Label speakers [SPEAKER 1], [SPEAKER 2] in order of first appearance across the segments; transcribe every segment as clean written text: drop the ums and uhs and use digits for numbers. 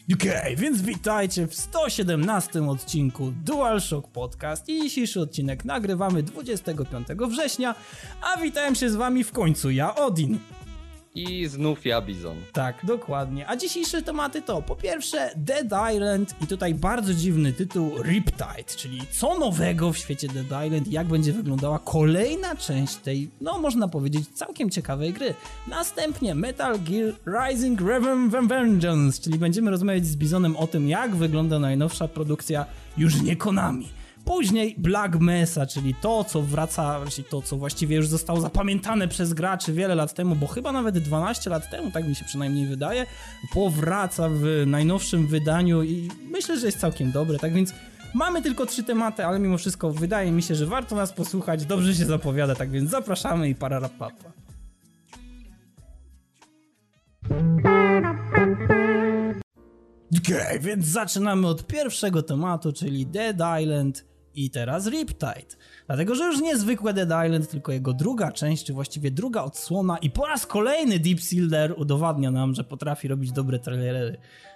[SPEAKER 1] Okej, więc witajcie w 117 odcinku DualShock Podcast i dzisiejszy odcinek nagrywamy 25 września, a witałem się z wami w końcu ja, Odin.
[SPEAKER 2] I znów ja, Bizon.
[SPEAKER 1] Tak, dokładnie. A dzisiejsze tematy to po pierwsze Dead Island i tutaj bardzo dziwny tytuł Riptide, czyli co nowego w świecie Dead Island i jak będzie wyglądała kolejna część tej, no można powiedzieć, całkiem ciekawej gry. Następnie Metal Gear Rising Revengeance, czyli będziemy rozmawiać z Bizonem o tym, jak wygląda najnowsza produkcja już nie Konami. Później Black Mesa, czyli to, co wraca, czyli to, co właściwie już zostało zapamiętane przez graczy wiele lat temu, bo chyba nawet 12 lat temu, tak mi się przynajmniej wydaje, powraca w najnowszym wydaniu i myślę, że jest całkiem dobre, tak więc mamy tylko 3 tematy, ale mimo wszystko wydaje mi się, że warto nas posłuchać, dobrze się zapowiada, tak więc zapraszamy i pararapapa. Okej, więc zaczynamy od pierwszego tematu, czyli Dead Island i teraz Riptide. Dlatego, że już nie zwykłe Dead Island, tylko jego druga część, czy właściwie druga odsłona i po raz kolejny Deep Silver udowadnia nam, że potrafi robić dobre trailery.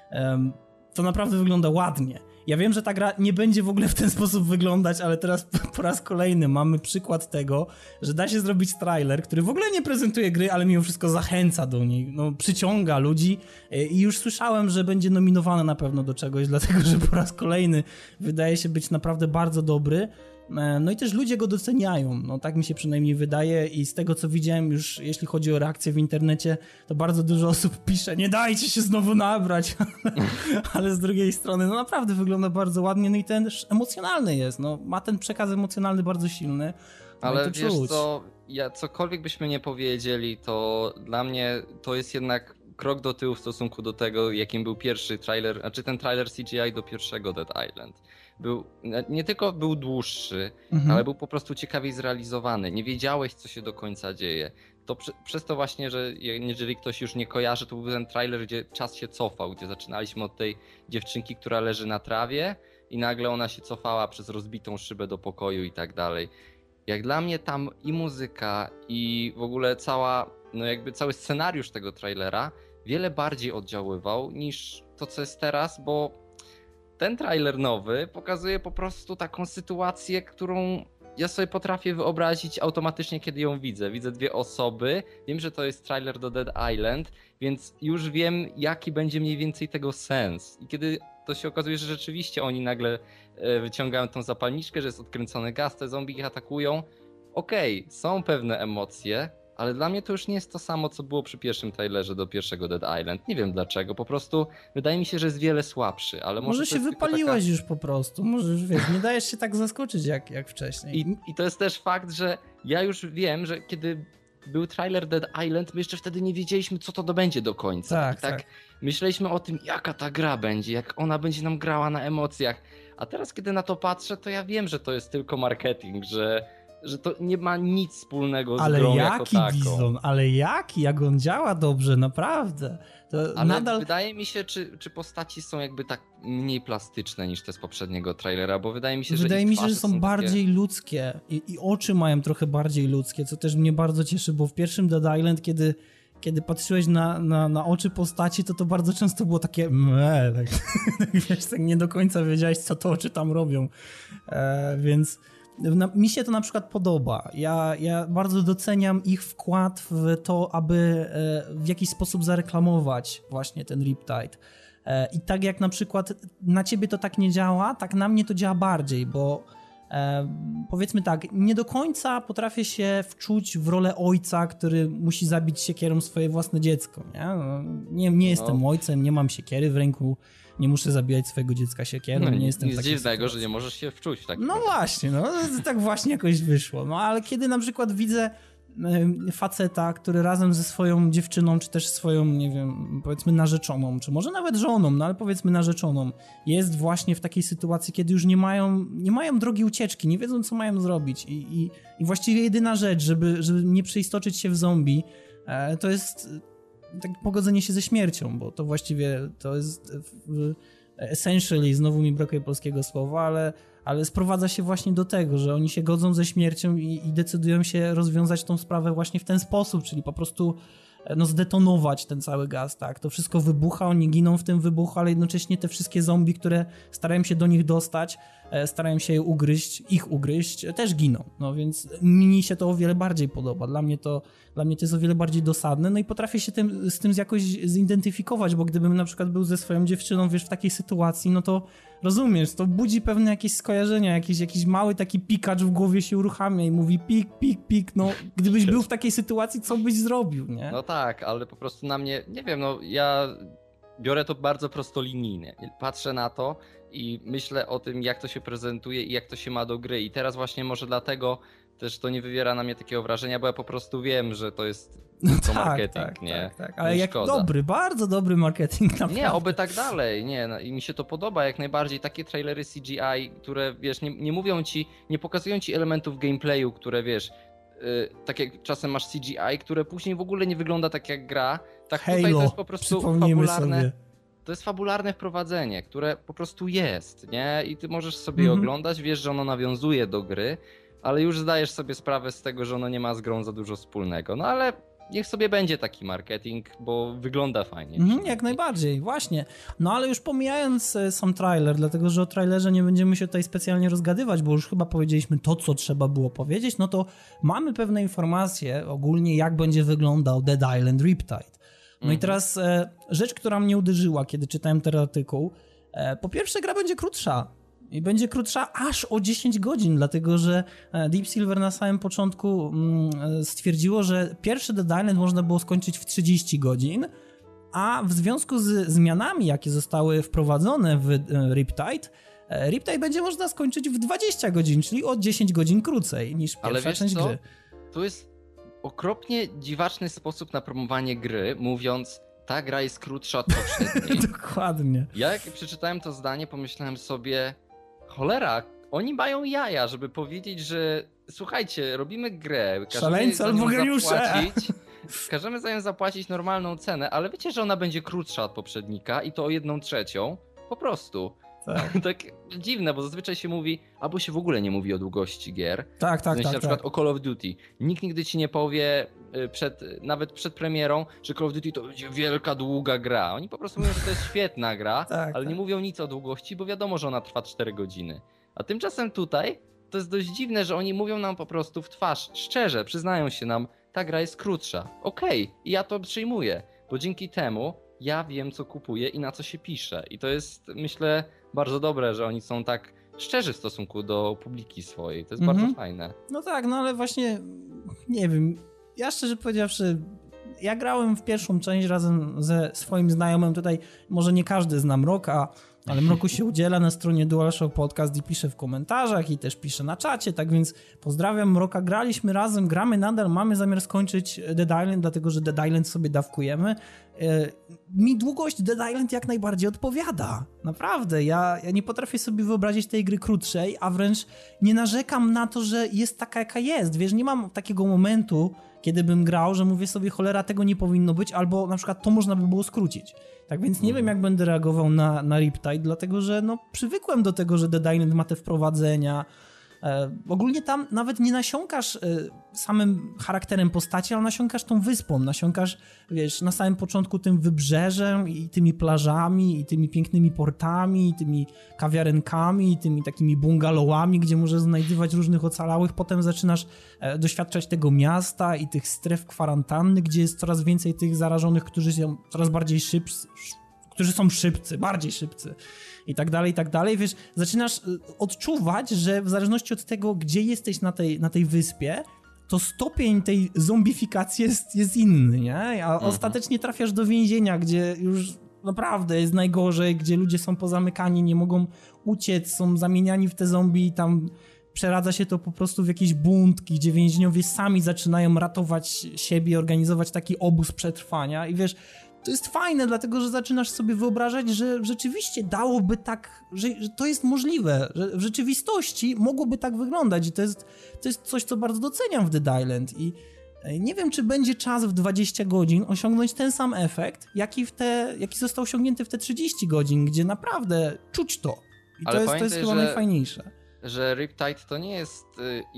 [SPEAKER 1] To naprawdę wygląda ładnie. Ja wiem, że ta gra nie będzie w ogóle w ten sposób wyglądać, ale teraz po raz kolejny mamy przykład tego, że da się zrobić trailer, który w ogóle nie prezentuje gry, ale mimo wszystko zachęca do niej, no, przyciąga ludzi i już słyszałem, że będzie nominowany na pewno do czegoś, dlatego że po raz kolejny wydaje się być naprawdę bardzo dobry. No i też ludzie go doceniają, no tak mi się przynajmniej wydaje i z tego co widziałem już, jeśli chodzi o reakcje w internecie, to bardzo dużo osób pisze, nie dajcie się znowu nabrać, ale z drugiej strony no naprawdę wygląda bardzo ładnie, no i też emocjonalny jest, no ma ten przekaz emocjonalny bardzo silny. No
[SPEAKER 2] ale wiesz co, cokolwiek byśmy nie powiedzieli, to dla mnie to jest jednak krok do tyłu w stosunku do tego, jakim był pierwszy trailer, znaczy ten trailer CGI do pierwszego Dead Island. Nie tylko był dłuższy, ale był po prostu ciekawiej zrealizowany. Nie wiedziałeś, co się do końca dzieje. To przez to właśnie, że jeżeli ktoś już nie kojarzy, to był ten trailer, gdzie czas się cofał, gdzie zaczynaliśmy od tej dziewczynki, która leży na trawie i nagle ona się cofała przez rozbitą szybę do pokoju i tak dalej. Jak dla mnie tam i muzyka, i w ogóle cały scenariusz tego trailera wiele bardziej oddziaływał niż to, co jest teraz, bo ten trailer nowy pokazuje po prostu taką sytuację, którą ja sobie potrafię wyobrazić automatycznie, kiedy ją widzę. Widzę 2 osoby, wiem, że to jest trailer do Dead Island, więc już wiem, jaki będzie mniej więcej tego sens. I kiedy to się okazuje, że rzeczywiście oni nagle wyciągają tą zapalniczkę, że jest odkręcony gaz, te zombie ich atakują, okej, są pewne emocje, ale dla mnie to już nie jest to samo, co było przy pierwszym trailerze do pierwszego Dead Island. Nie wiem dlaczego, po prostu wydaje mi się, że jest wiele słabszy, ale może
[SPEAKER 1] się wypaliłeś już po prostu, może już wiesz, nie dajesz się tak zaskoczyć jak wcześniej.
[SPEAKER 2] I to jest też fakt, że ja już wiem, że kiedy był trailer Dead Island, my jeszcze wtedy nie wiedzieliśmy, co to będzie do końca. Tak myśleliśmy o tym, jaka ta gra będzie, jak ona będzie nam grała na emocjach. A teraz, kiedy na to patrzę, to ja wiem, że to jest tylko marketing, że to nie ma nic wspólnego z grą jako taką.
[SPEAKER 1] Bizon, ale jak on działa dobrze, naprawdę.
[SPEAKER 2] Ale wydaje mi się, czy postaci są jakby tak mniej plastyczne niż te z poprzedniego trailera, bo wydaje mi się, że
[SPEAKER 1] są bardziej ludzkie i oczy mają trochę bardziej ludzkie, co też mnie bardzo cieszy, bo w pierwszym Dead Island, kiedy patrzyłeś na oczy postaci, to bardzo często było takie wiesz, tak nie do końca wiedziałeś, co to oczy tam robią, więc mi się to na przykład podoba. Ja bardzo doceniam ich wkład w to, aby w jakiś sposób zareklamować właśnie ten Riptide. I tak jak na przykład na ciebie to tak nie działa, tak na mnie to działa bardziej, bo powiedzmy tak, nie do końca potrafię się wczuć w rolę ojca, który musi zabić siekierą swoje własne dziecko. Nie jestem ojcem, nie mam siekiery w ręku, nie muszę zabijać swojego dziecka siekierą. Nie jestem
[SPEAKER 2] nic dziwnego, że nie możesz się wczuć.
[SPEAKER 1] No właśnie, tak właśnie jakoś wyszło. No ale kiedy na przykład widzę faceta, który razem ze swoją dziewczyną, czy też swoją, nie wiem, powiedzmy narzeczoną, czy może nawet żoną, no ale powiedzmy narzeczoną, jest właśnie w takiej sytuacji, kiedy już nie mają drogi ucieczki, nie wiedzą, co mają zrobić i właściwie jedyna rzecz, żeby nie przeistoczyć się w zombie, to jest takie pogodzenie się ze śmiercią, bo to właściwie to jest essentially, znowu mi brakuje polskiego słowa, ale sprowadza się właśnie do tego, że oni się godzą ze śmiercią i decydują się rozwiązać tą sprawę właśnie w ten sposób, czyli po prostu no zdetonować ten cały gaz, tak? To wszystko wybucha, oni giną w tym wybuchu, ale jednocześnie te wszystkie zombie, które starają się do nich dostać, starają się ich ugryźć, też giną. No więc mi się to o wiele bardziej podoba. Dla mnie to jest o wiele bardziej dosadne, no i potrafię się z tym jakoś zidentyfikować, bo gdybym na przykład był ze swoją dziewczyną, wiesz, w takiej sytuacji, no to rozumiesz, to budzi pewne jakieś skojarzenia, jakiś mały taki pikacz w głowie się uruchamia i mówi pik, pik, pik, no gdybyś był w takiej sytuacji, co byś zrobił, nie?
[SPEAKER 2] No tak, ale po prostu na mnie, nie wiem, no ja biorę to bardzo prostolinijnie, patrzę na to i myślę o tym, jak to się prezentuje i jak to się ma do gry i teraz właśnie może dlatego też to nie wywiera na mnie takiego wrażenia, bo ja po prostu wiem, że to jest tylko marketing, nie?
[SPEAKER 1] Tak. Ale jak bardzo dobry marketing naprawdę.
[SPEAKER 2] Nie, oby tak dalej, nie, no, i mi się to podoba jak najbardziej, takie trailery CGI, które wiesz, nie mówią ci, nie pokazują ci elementów gameplayu, które wiesz, tak jak czasem masz CGI, które później w ogóle nie wygląda tak jak gra, tak
[SPEAKER 1] Halo,
[SPEAKER 2] tutaj to jest po prostu fabularne.
[SPEAKER 1] Sobie.
[SPEAKER 2] To jest fabularne wprowadzenie, które po prostu jest, nie? I ty możesz sobie je oglądać, wiesz, że ono nawiązuje do gry, ale już zdajesz sobie sprawę z tego, że ono nie ma z grą za dużo wspólnego. No ale niech sobie będzie taki marketing, bo wygląda fajnie.
[SPEAKER 1] Jak najbardziej, właśnie. No ale już pomijając sam trailer, dlatego że o trailerze nie będziemy się tutaj specjalnie rozgadywać, bo już chyba powiedzieliśmy to, co trzeba było powiedzieć, no to mamy pewne informacje ogólnie, jak będzie wyglądał Dead Island Riptide. No i teraz rzecz, która mnie uderzyła, kiedy czytałem ten artykuł, po pierwsze gra będzie krótsza. I będzie krótsza aż o 10 godzin, dlatego że Deep Silver na samym początku stwierdziło, że pierwszy Dead Island można było skończyć w 30 godzin, a w związku z zmianami, jakie zostały wprowadzone w Riptide będzie można skończyć w 20 godzin, czyli o 10 godzin krócej niż pierwsza część gry.
[SPEAKER 2] To jest okropnie dziwaczny sposób na promowanie gry, mówiąc, ta gra jest krótsza od poprzedniej.
[SPEAKER 1] Dokładnie.
[SPEAKER 2] Ja jak przeczytałem to zdanie, pomyślałem sobie, cholera, oni mają jaja, żeby powiedzieć, że słuchajcie, robimy grę, każemy za nią zapłacić normalną cenę, ale wiecie, że ona będzie krótsza od poprzednika i to o 1/3, po prostu. Tak dziwne, bo zazwyczaj się mówi, albo się w ogóle nie mówi o długości gier.
[SPEAKER 1] Tak.
[SPEAKER 2] Na przykład o Call of Duty. Nikt nigdy ci nie powie, nawet przed premierą, że Call of Duty to będzie wielka, długa gra. Oni po prostu mówią, że to jest świetna gra, ale nie mówią nic o długości, bo wiadomo, że ona trwa 4 godziny. A tymczasem tutaj to jest dość dziwne, że oni mówią nam po prostu w twarz, szczerze, przyznają się nam, ta gra jest krótsza. Okej, i ja to przyjmuję, bo dzięki temu ja wiem, co kupuję i na co się pisze. I to jest, myślę, bardzo dobre, że oni są tak szczerzy w stosunku do publiki swojej. To jest bardzo fajne.
[SPEAKER 1] No tak, no ale właśnie, nie wiem, ja szczerze powiedziawszy, ja grałem w pierwszą część razem ze swoim znajomym, tutaj może nie każdy zna Mroka, ale Mroku się udziela na stronie DualShock Podcast i pisze w komentarzach i też pisze na czacie, tak więc pozdrawiam Mroka, graliśmy razem, gramy nadal, mamy zamiar skończyć Dead Island, dlatego że Dead Island sobie dawkujemy. Mi długość Dead Island jak najbardziej odpowiada, naprawdę, ja nie potrafię sobie wyobrazić tej gry krótszej, a wręcz nie narzekam na to, że jest taka jaka jest, wiesz, nie mam takiego momentu, kiedy bym grał, że mówię sobie, cholera, tego nie powinno być, albo na przykład to można by było skrócić. Tak więc nie wiem, jak będę reagował na Riptide, dlatego że no, przywykłem do tego, że Dead Island ma te wprowadzenia. Ogólnie tam nawet nie nasiąkasz samym charakterem postaci, ale nasiąkasz tą wyspą, nasiąkasz, wiesz, na samym początku tym wybrzeżem i tymi plażami i tymi pięknymi portami i tymi kawiarenkami i tymi takimi bungalowami, gdzie możesz znajdywać różnych ocalałych, potem zaczynasz doświadczać tego miasta i tych stref kwarantanny, gdzie jest coraz więcej tych zarażonych, którzy są coraz bardziej bardziej szybcy i tak dalej, wiesz, zaczynasz odczuwać, że w zależności od tego, gdzie jesteś na tej wyspie, to stopień tej zombifikacji jest inny, nie? A ostatecznie trafiasz do więzienia, gdzie już naprawdę jest najgorzej, gdzie ludzie są pozamykani, nie mogą uciec, są zamieniani w te zombie i tam przeradza się to po prostu w jakieś bunt, gdzie więźniowie sami zaczynają ratować siebie, organizować taki obóz przetrwania i wiesz, to jest fajne, dlatego że zaczynasz sobie wyobrażać, że rzeczywiście dałoby tak, że to jest możliwe, że w rzeczywistości mogłoby tak wyglądać i to jest coś, co bardzo doceniam w Dead Island i nie wiem, czy będzie czas w 20 godzin osiągnąć ten sam efekt, jaki został osiągnięty w te 30 godzin, gdzie naprawdę czuć to. I to jest chyba najfajniejsze.
[SPEAKER 2] Że Riptide to nie jest jak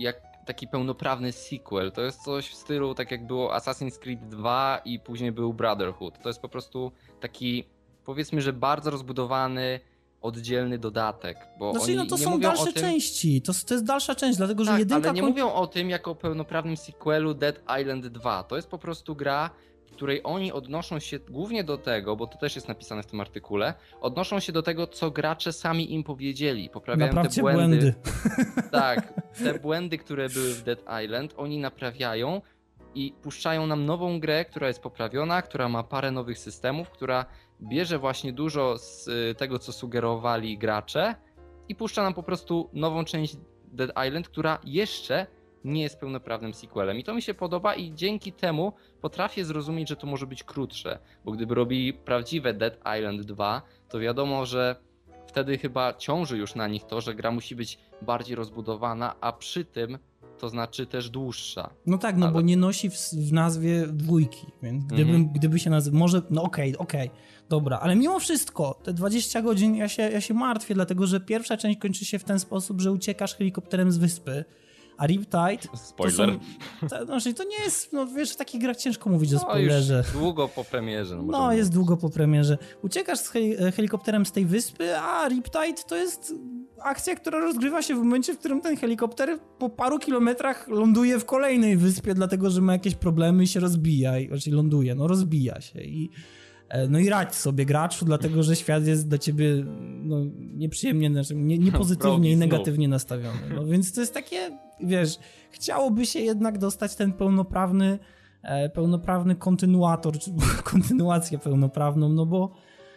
[SPEAKER 2] taki pełnoprawny sequel. To jest coś w stylu, tak jak było Assassin's Creed 2 i później był Brotherhood. To jest po prostu taki, powiedzmy, że bardzo rozbudowany, oddzielny dodatek. Bo
[SPEAKER 1] Znaczy,
[SPEAKER 2] oni
[SPEAKER 1] no to
[SPEAKER 2] nie
[SPEAKER 1] są
[SPEAKER 2] mówią
[SPEAKER 1] dalsze
[SPEAKER 2] o tym,
[SPEAKER 1] części, to jest dalsza część, dlatego że
[SPEAKER 2] tak,
[SPEAKER 1] jedynka...
[SPEAKER 2] ale nie mówią o tym jako o pełnoprawnym sequelu Dead Island 2. To jest po prostu gra, w której oni odnoszą się głównie do tego, bo to też jest napisane w tym artykule, odnoszą się do tego, co gracze sami im powiedzieli. Poprawiają
[SPEAKER 1] Naprawcie
[SPEAKER 2] te błędy.
[SPEAKER 1] błędy.
[SPEAKER 2] Tak, te błędy, które były w Dead Island, oni naprawiają i puszczają nam nową grę, która jest poprawiona, która ma parę nowych systemów, która bierze właśnie dużo z tego, co sugerowali gracze i puszcza nam po prostu nową część Dead Island, która jeszcze nie jest pełnoprawnym sequelem. I to mi się podoba i dzięki temu potrafię zrozumieć, że to może być krótsze, bo gdyby robili prawdziwe Dead Island 2, to wiadomo, że wtedy chyba ciąży już na nich to, że gra musi być bardziej rozbudowana, a przy tym to znaczy też dłuższa.
[SPEAKER 1] No tak, no
[SPEAKER 2] Ale-
[SPEAKER 1] bo nie nosi w nazwie dwójki, więc gdyby się nazywał, może, no okej, dobra, ale mimo wszystko, te 20 godzin ja się martwię, dlatego że pierwsza część kończy się w ten sposób, że uciekasz helikopterem z wyspy, a Riptide...
[SPEAKER 2] Spoiler.
[SPEAKER 1] Znaczy, to nie jest, no wiesz, w takich grach ciężko mówić o
[SPEAKER 2] No
[SPEAKER 1] spoilerze.
[SPEAKER 2] już długo po premierze.
[SPEAKER 1] No, jest długo po premierze. Uciekasz z helikopterem z tej wyspy, a Riptide to jest akcja, która rozgrywa się w momencie, w którym ten helikopter po paru kilometrach ląduje w kolejnej wyspie, dlatego że ma jakieś problemy i się rozbija. Znaczy ląduje, no rozbija się no i radź sobie graczu, dlatego że świat jest dla ciebie no, nieprzyjemnie, znaczy niepozytywnie i negatywnie nastawiony. No więc to jest takie, wiesz, chciałoby się jednak dostać ten pełnoprawny kontynuator, czy kontynuację pełnoprawną, no bo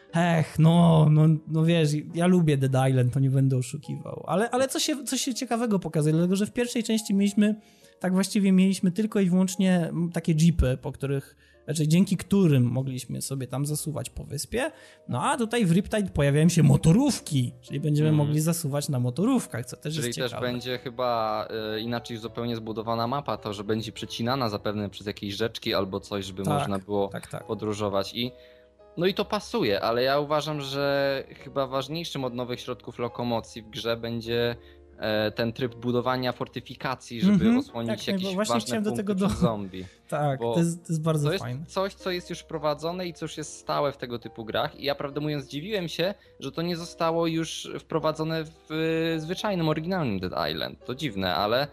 [SPEAKER 1] no wiesz, ja lubię Dead Island, to nie będę oszukiwał, ale coś się ciekawego pokazuje, dlatego że w pierwszej części mieliśmy tylko i wyłącznie takie jeepy, dzięki którym mogliśmy sobie tam zasuwać po wyspie, no a tutaj w Riptide pojawiają się motorówki, czyli będziemy mogli zasuwać na motorówkach, co też
[SPEAKER 2] Czyli
[SPEAKER 1] jest ciekawe.
[SPEAKER 2] też będzie chyba inaczej zupełnie zbudowana mapa, to że będzie przecinana zapewne przez jakieś rzeczki albo coś, żeby można było podróżować no i to pasuje, ale ja uważam, że chyba ważniejszym od nowych środków lokomocji w grze będzie ten tryb budowania fortyfikacji, żeby osłonić jakieś ważne punkty przed zombie.
[SPEAKER 1] Tak, to jest bardzo fajne.
[SPEAKER 2] To jest coś, co jest już wprowadzone i co już jest stałe w tego typu grach i ja prawdę mówiąc zdziwiłem się, że to nie zostało już wprowadzone w zwyczajnym, oryginalnym Dead Island. To dziwne, ale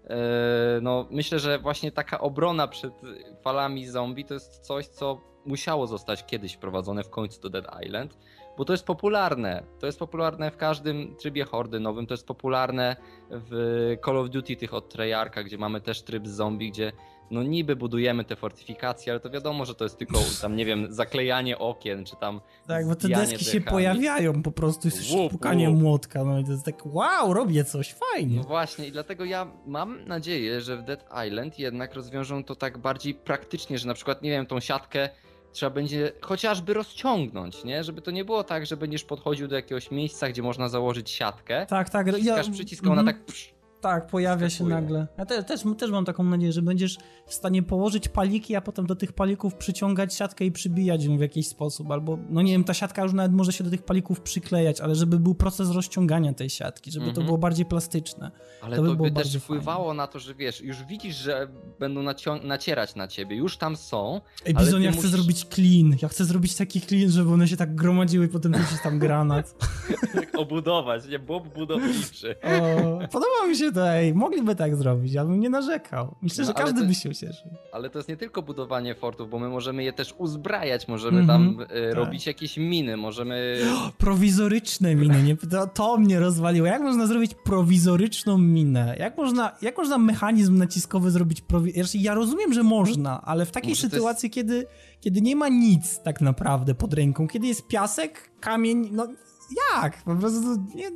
[SPEAKER 2] no myślę, że właśnie taka obrona przed falami zombie to jest coś, co musiało zostać kiedyś wprowadzone w końcu do Dead Island, bo to jest popularne. To jest popularne w każdym trybie hordy nowym, to jest popularne w Call of Duty tych od Treyarcha, gdzie mamy też tryb zombie, gdzie no niby budujemy te fortyfikacje, ale to wiadomo, że to jest tylko tam, nie wiem, zaklejanie okien, czy tam
[SPEAKER 1] tak, bo te deski się pojawiają po prostu z pukaniem młotka, no i to jest tak wow, robię coś, fajnie.
[SPEAKER 2] No właśnie i dlatego ja mam nadzieję, że w Dead Island jednak rozwiążą to tak bardziej praktycznie, że na przykład, nie wiem, tą siatkę trzeba będzie chociażby rozciągnąć, nie? Żeby to nie było tak, że będziesz podchodził do jakiegoś miejsca, gdzie można założyć siatkę.
[SPEAKER 1] Tak.
[SPEAKER 2] Wciskasz przycisk, ona tak...
[SPEAKER 1] Tak, pojawia się nagle. Ja też mam taką nadzieję, że będziesz w stanie położyć paliki, a potem do tych palików przyciągać siatkę i przybijać ją w jakiś sposób. Albo, no nie wiem, ta siatka już nawet może się do tych palików przyklejać, ale żeby był proces rozciągania tej siatki, żeby to było bardziej plastyczne.
[SPEAKER 2] Ale to by też wpływało na to, że wiesz, już widzisz, że będą nacierać na ciebie, już tam są.
[SPEAKER 1] Ej, Bizon, ja chcę zrobić clean. Ja chcę zrobić taki clean, żeby one się tak gromadziły i potem rzucić tam granat.
[SPEAKER 2] Tak obudować, nie? Bob budowniczy.
[SPEAKER 1] Podoba mi się to, mogliby tak zrobić, ja bym nie narzekał. Myślę, że każdy by się ucieszył.
[SPEAKER 2] Ale to jest nie tylko budowanie fortów, bo my możemy je też uzbrajać, możemy tam robić jakieś miny, możemy...
[SPEAKER 1] Prowizoryczne miny, nie? To mnie rozwaliło. Jak można zrobić prowizoryczną minę? Jak można mechanizm naciskowy zrobić Ja rozumiem, że można, ale w takiej sytuacji, kiedy nie ma nic tak naprawdę pod ręką, kiedy jest piasek, kamień, no jak? Po prostu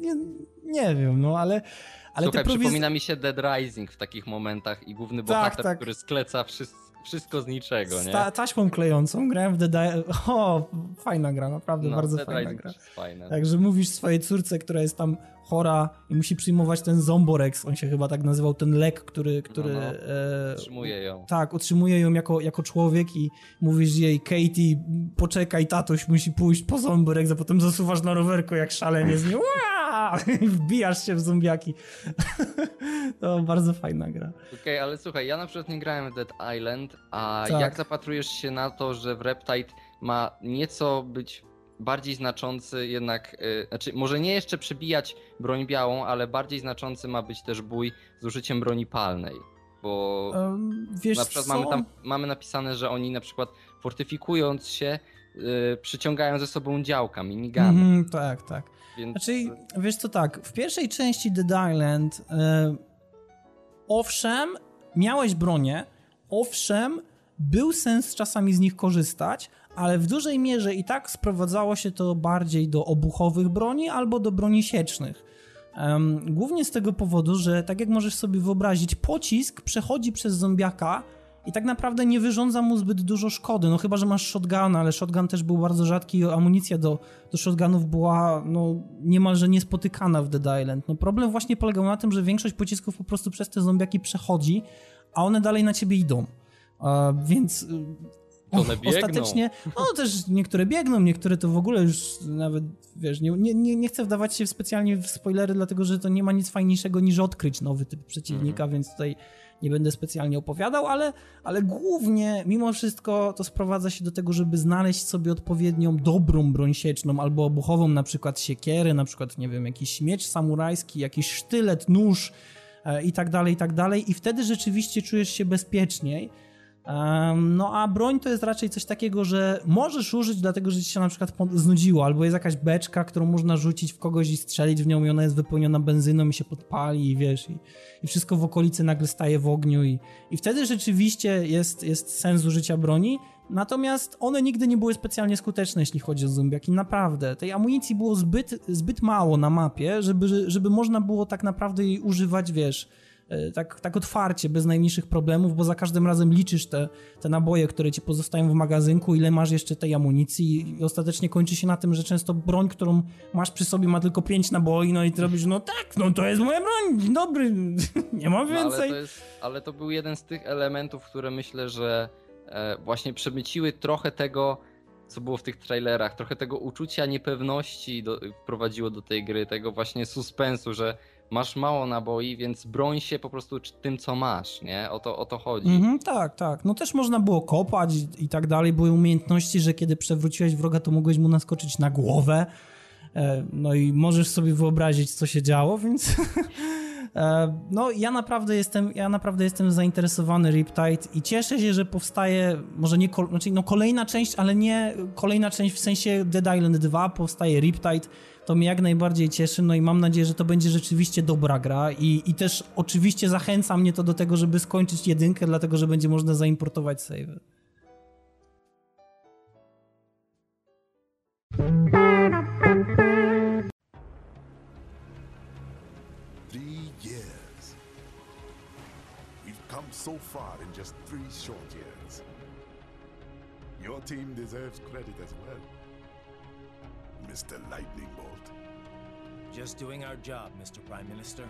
[SPEAKER 1] nie wiem, no ale
[SPEAKER 2] słuchaj, przypomina mi się Dead Rising w takich momentach i główny bohater, który skleca wszystko z niczego, nie?
[SPEAKER 1] Taśmą klejącą, grałem w fajna gra, naprawdę bardzo fajna gra.
[SPEAKER 2] Fajne.
[SPEAKER 1] Także mówisz swojej córce, która jest tam chora i musi przyjmować ten Zomborex, on się chyba tak nazywał, ten lek, który
[SPEAKER 2] utrzymuje ją.
[SPEAKER 1] Tak, utrzymuje ją jako człowiek i mówisz jej, Katie, poczekaj, tatuś musi pójść po Zomborex, a potem zasuwasz na rowerku jak szalenie z nią. Wbijasz się w zombiaki. To bardzo fajna gra.
[SPEAKER 2] Okej, ale słuchaj, ja na przykład nie grałem w Dead Island, a
[SPEAKER 1] Tak.
[SPEAKER 2] jak zapatrujesz się na to, że w Riptide ma nieco być bardziej znaczący jednak, znaczy może nie jeszcze przebijać broń białą, ale bardziej znaczący ma być też bój z użyciem broni palnej, bo
[SPEAKER 1] Wiesz
[SPEAKER 2] na przykład
[SPEAKER 1] co?
[SPEAKER 2] mamy napisane, że oni na przykład fortyfikując się przyciągają ze sobą działka, minigany,
[SPEAKER 1] Tak.
[SPEAKER 2] więc...
[SPEAKER 1] Znaczy, wiesz co, tak, w pierwszej części Dead Island owszem, miałeś bronię, owszem, był sens czasami z nich korzystać, ale w dużej mierze i tak sprowadzało się to bardziej do obuchowych broni albo do broni siecznych. Głównie z tego powodu, że tak jak możesz sobie wyobrazić, pocisk przechodzi przez zombiaka i tak naprawdę nie wyrządza mu zbyt dużo szkody, no chyba, że masz shotguna, ale shotgun też był bardzo rzadki i amunicja do shotgunów była no niemalże niespotykana w Dead Island. No problem właśnie polegał na tym, że większość pocisków po prostu przez te zombiaki przechodzi, a one dalej na ciebie idą. Więc
[SPEAKER 2] one biegną.
[SPEAKER 1] ostatecznie, no też niektóre biegną, niektóre to w ogóle już nawet, wiesz, nie chcę wdawać się specjalnie w spoilery, dlatego że to nie ma nic fajniejszego niż odkryć nowy typ przeciwnika, więc tutaj nie będę specjalnie opowiadał, ale głównie, mimo wszystko, to sprowadza się do tego, żeby znaleźć sobie odpowiednią, dobrą broń sieczną albo obuchową, na przykład siekierę, na przykład, nie wiem, jakiś miecz samurajski, jakiś sztylet, nóż i tak dalej, i wtedy rzeczywiście czujesz się bezpieczniej. No a broń to jest raczej coś takiego, że możesz użyć dlatego, że ci się na przykład znudziło, albo jest jakaś beczka, którą można rzucić w kogoś i strzelić w nią i ona jest wypełniona benzyną i się podpali i wiesz, i wszystko w okolicy nagle staje w ogniu i wtedy rzeczywiście jest sens użycia broni, natomiast one nigdy nie były specjalnie skuteczne, jeśli chodzi o zombiaki, naprawdę. Tej amunicji było zbyt mało na mapie, żeby można było tak naprawdę jej używać, wiesz, tak otwarcie, bez najmniejszych problemów, bo za każdym razem liczysz te naboje, które ci pozostają w magazynku, ile masz jeszcze tej amunicji i ostatecznie kończy się na tym, że często broń, którą masz przy sobie ma tylko 5 naboi, no i ty robisz, no tak, no to jest moja broń, dzień dobry, nie mam więcej.
[SPEAKER 2] No, ale to był jeden z tych elementów, które myślę, że właśnie przemyciły trochę tego, co było w tych trailerach, trochę tego uczucia niepewności wprowadziło do tej gry, tego właśnie suspensu, że masz mało naboi, więc broń się po prostu tym, co masz, nie? O to chodzi.
[SPEAKER 1] Tak. No też można było kopać i tak dalej. Były umiejętności, że kiedy przewróciłeś wroga, to mogłeś mu naskoczyć na głowę. No i możesz sobie wyobrazić, co się działo, więc... No ja naprawdę jestem zainteresowany Riptide i cieszę się, że powstaje może nie, kolejna część, ale nie kolejna część w sensie Dead Island 2, powstaje Riptide, to mnie jak najbardziej cieszy, no i mam nadzieję, że to będzie rzeczywiście dobra gra i też oczywiście zachęca mnie to do tego, żeby skończyć jedynkę, dlatego że będzie można zaimportować save'y.
[SPEAKER 3] So far in just 3 short years. Your team deserves credit as well, Mr. Lightning Bolt.
[SPEAKER 4] Just doing our job, Mr. Prime Minister.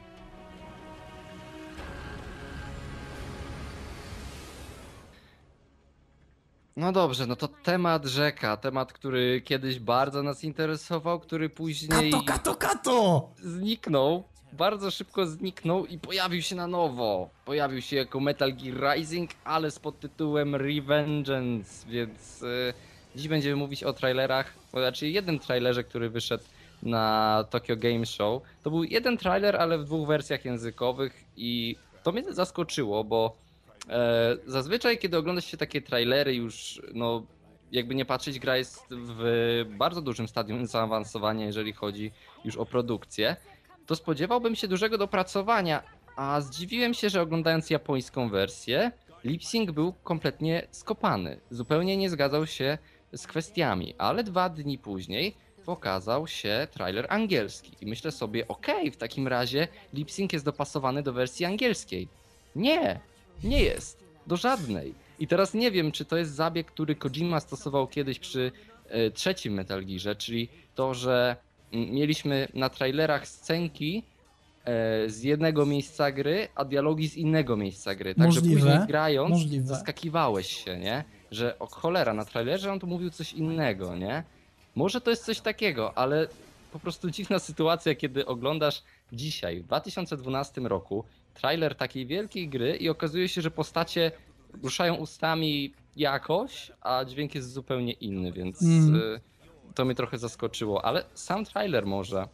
[SPEAKER 2] No dobrze, no to temat rzeka, temat, który kiedyś bardzo nas interesował, który później
[SPEAKER 1] Kato!
[SPEAKER 2] zniknął. Bardzo szybko zniknął i pojawił się na nowo. Pojawił się jako Metal Gear Rising, ale z podtytułem Revengeance, więc dziś będziemy mówić o trailerach, znaczy jednym trailerze, który wyszedł na Tokyo Game Show. To był jeden trailer, ale w 2 wersjach językowych i to mnie zaskoczyło, bo zazwyczaj kiedy ogląda się takie trailery już, no jakby nie patrzeć, gra jest w bardzo dużym stadium zaawansowania, jeżeli chodzi już o produkcję. To spodziewałbym się dużego dopracowania, a zdziwiłem się, że oglądając japońską wersję, lip-sync był kompletnie skopany. Zupełnie nie zgadzał się z kwestiami, ale 2 dni później pokazał się trailer angielski i myślę sobie, okej, w takim razie lip-sync jest dopasowany do wersji angielskiej. Nie jest. Do żadnej. I teraz nie wiem, czy to jest zabieg, który Kojima stosował kiedyś przy 3. Metal Gearze, czyli to, że mieliśmy na trailerach scenki z jednego miejsca gry, a dialogi z innego miejsca gry. Także później grając zaskakiwałeś się, nie? Że o cholera, na trailerze on tu mówił coś innego, nie? Może to jest coś takiego, ale po prostu dziwna sytuacja, kiedy oglądasz dzisiaj, w 2012 roku, trailer takiej wielkiej gry i okazuje się, że postacie ruszają ustami jakoś, a dźwięk jest zupełnie inny, więc to mnie trochę zaskoczyło, ale sam trailer może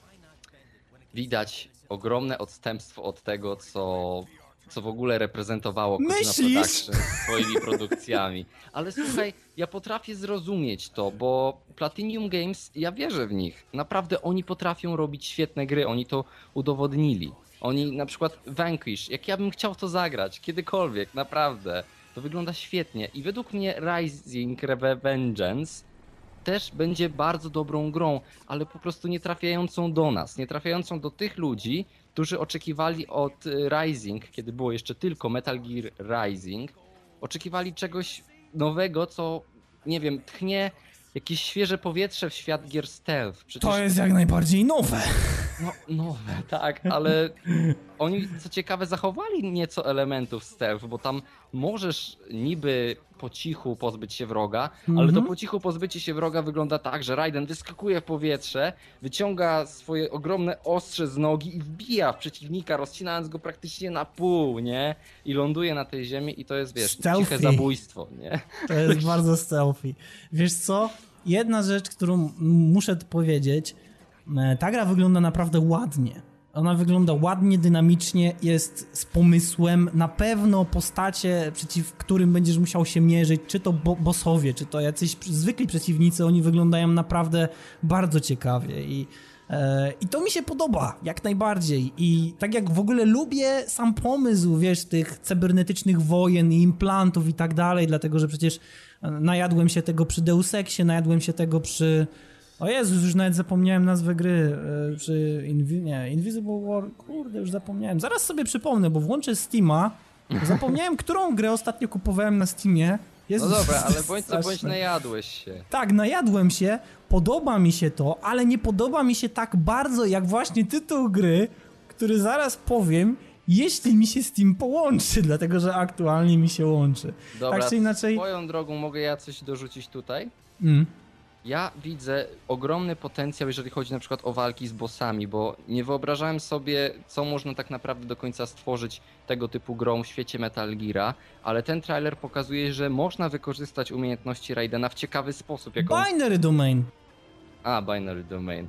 [SPEAKER 2] widać ogromne odstępstwo od tego, co w ogóle reprezentowało Kojima Production swoimi produkcjami. Ale słuchaj, ja potrafię zrozumieć to, bo Platinum Games, ja wierzę w nich. Naprawdę oni potrafią robić świetne gry, oni to udowodnili. Oni na przykład Vanquish, jak ja bym chciał to zagrać, kiedykolwiek, naprawdę, to wygląda świetnie. I według mnie Rising Revengeance też będzie bardzo dobrą grą, ale po prostu nie trafiającą do nas, nie trafiającą do tych ludzi, którzy oczekiwali od Rising, kiedy było jeszcze tylko Metal Gear Rising, oczekiwali czegoś nowego, co, nie wiem, tchnie jakieś świeże powietrze w świat gier stealth. Przecież...
[SPEAKER 1] To jest jak najbardziej nowe.
[SPEAKER 2] No, nowe, tak, ale oni, co ciekawe, zachowali nieco elementów stealth, bo tam możesz niby po cichu pozbyć się wroga, ale to po cichu pozbycie się wroga wygląda tak, że Raiden wyskakuje w powietrze, wyciąga swoje ogromne ostrze z nogi i wbija w przeciwnika, rozcinając go praktycznie na pół, nie? I ląduje na tej ziemi i to jest, wiesz, ciche zabójstwo, nie?
[SPEAKER 1] To jest bardzo stealthy. Wiesz co? Jedna rzecz, którą muszę powiedzieć, ta gra wygląda naprawdę ładnie. Ona wygląda ładnie, dynamicznie, jest z pomysłem. Na pewno postacie, przeciw którym będziesz musiał się mierzyć, czy to bossowie, czy to jacyś zwykli przeciwnicy, oni wyglądają naprawdę bardzo ciekawie i to mi się podoba, jak najbardziej. I tak jak w ogóle lubię sam pomysł, wiesz, tych cybernetycznych wojen i implantów i tak dalej, dlatego że przecież najadłem się tego przy Deus Exie, najadłem się tego przy... O Jezus, już nawet zapomniałem nazwę gry, przy Invisible War, kurde, już zapomniałem. Zaraz sobie przypomnę, bo włączę Steama, zapomniałem, którą grę ostatnio kupowałem na Steamie. Jezus,
[SPEAKER 2] no dobra, ale bądź co bądź najadłeś się.
[SPEAKER 1] Tak, najadłem się, podoba mi się to, ale nie podoba mi się tak bardzo, jak właśnie tytuł gry, który zaraz powiem, jeśli mi się Steam połączy, dlatego że aktualnie mi się łączy.
[SPEAKER 2] Dobra,
[SPEAKER 1] tak czy inaczej...
[SPEAKER 2] swoją drogą mogę ja coś dorzucić tutaj? Ja widzę ogromny potencjał, jeżeli chodzi na przykład o walki z bossami, bo nie wyobrażałem sobie, co można tak naprawdę do końca stworzyć tego typu grą w świecie Metal Geara, ale ten trailer pokazuje, że można wykorzystać umiejętności Raidena w ciekawy sposób.
[SPEAKER 1] Binary Domain.
[SPEAKER 2] Binary Domain.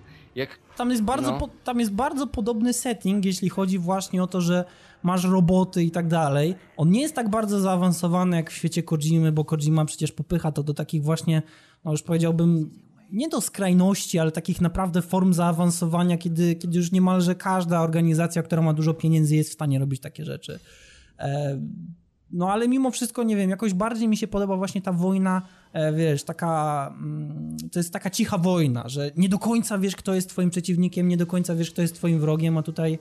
[SPEAKER 1] Tam jest bardzo podobny setting, jeśli chodzi właśnie o to, że masz roboty i tak dalej. On nie jest tak bardzo zaawansowany jak w świecie Kojimy, bo Kojima przecież popycha to do takich właśnie, no już powiedziałbym, nie do skrajności, ale takich naprawdę form zaawansowania, kiedy już niemalże każda organizacja, która ma dużo pieniędzy, jest w stanie robić takie rzeczy. No ale mimo wszystko, nie wiem, jakoś bardziej mi się podoba właśnie ta wojna, wiesz, to jest taka cicha wojna, że nie do końca wiesz, kto jest twoim przeciwnikiem, nie do końca wiesz, kto jest twoim wrogiem, a tutaj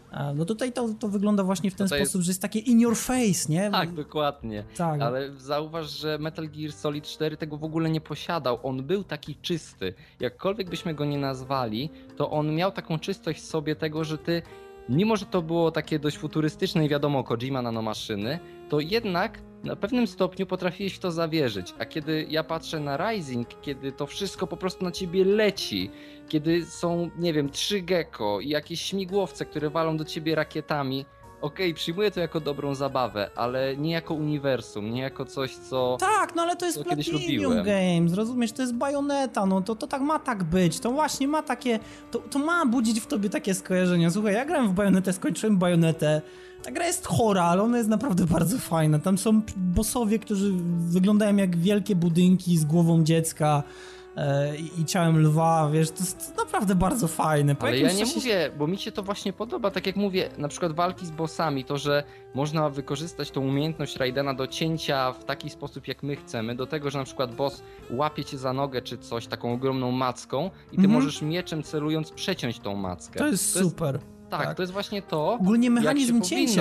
[SPEAKER 1] to wygląda właśnie w ten sposób, że jest takie in your face, nie?
[SPEAKER 2] Tak, dokładnie.
[SPEAKER 1] Tak.
[SPEAKER 2] Ale zauważ, że Metal Gear Solid 4 tego w ogóle nie posiadał. On był taki czysty. Jakkolwiek byśmy go nie nazwali, to on miał taką czystość w sobie tego, że ty, mimo że to było takie dość futurystyczne i wiadomo, Kojima nanomaszyny, to jednak na pewnym stopniu potrafiłeś w to zawierzyć. A kiedy ja patrzę na Rising, kiedy to wszystko po prostu na ciebie leci, kiedy są, nie wiem, 3 gecko i jakieś śmigłowce, które walą do ciebie rakietami, okej, przyjmuję to jako dobrą zabawę, ale nie jako uniwersum, nie jako coś, co...
[SPEAKER 1] Tak, no ale to jest Platinum Games, rozumiesz, to jest Bayonetta, no to tak ma tak być, to właśnie ma takie, to ma budzić w tobie takie skojarzenia. Słuchaj, ja grałem w Bayonettę, skończyłem Bayonettę, ta gra jest chora, ale ona jest naprawdę bardzo fajna, tam są bossowie, którzy wyglądają jak wielkie budynki z głową dziecka, i ciałem lwa, wiesz, to jest naprawdę bardzo fajne.
[SPEAKER 2] Ale ja nie mówię, bo mi się to właśnie podoba, tak jak mówię, na przykład walki z bossami, to, że można wykorzystać tą umiejętność Raidena do cięcia w taki sposób, jak my chcemy, do tego, że na przykład boss łapie cię za nogę czy coś, taką ogromną macką i ty możesz mieczem celując przeciąć tą mackę.
[SPEAKER 1] To jest super.
[SPEAKER 2] Tak, to jest właśnie to.
[SPEAKER 1] Ogólnie mechanizm cięcia.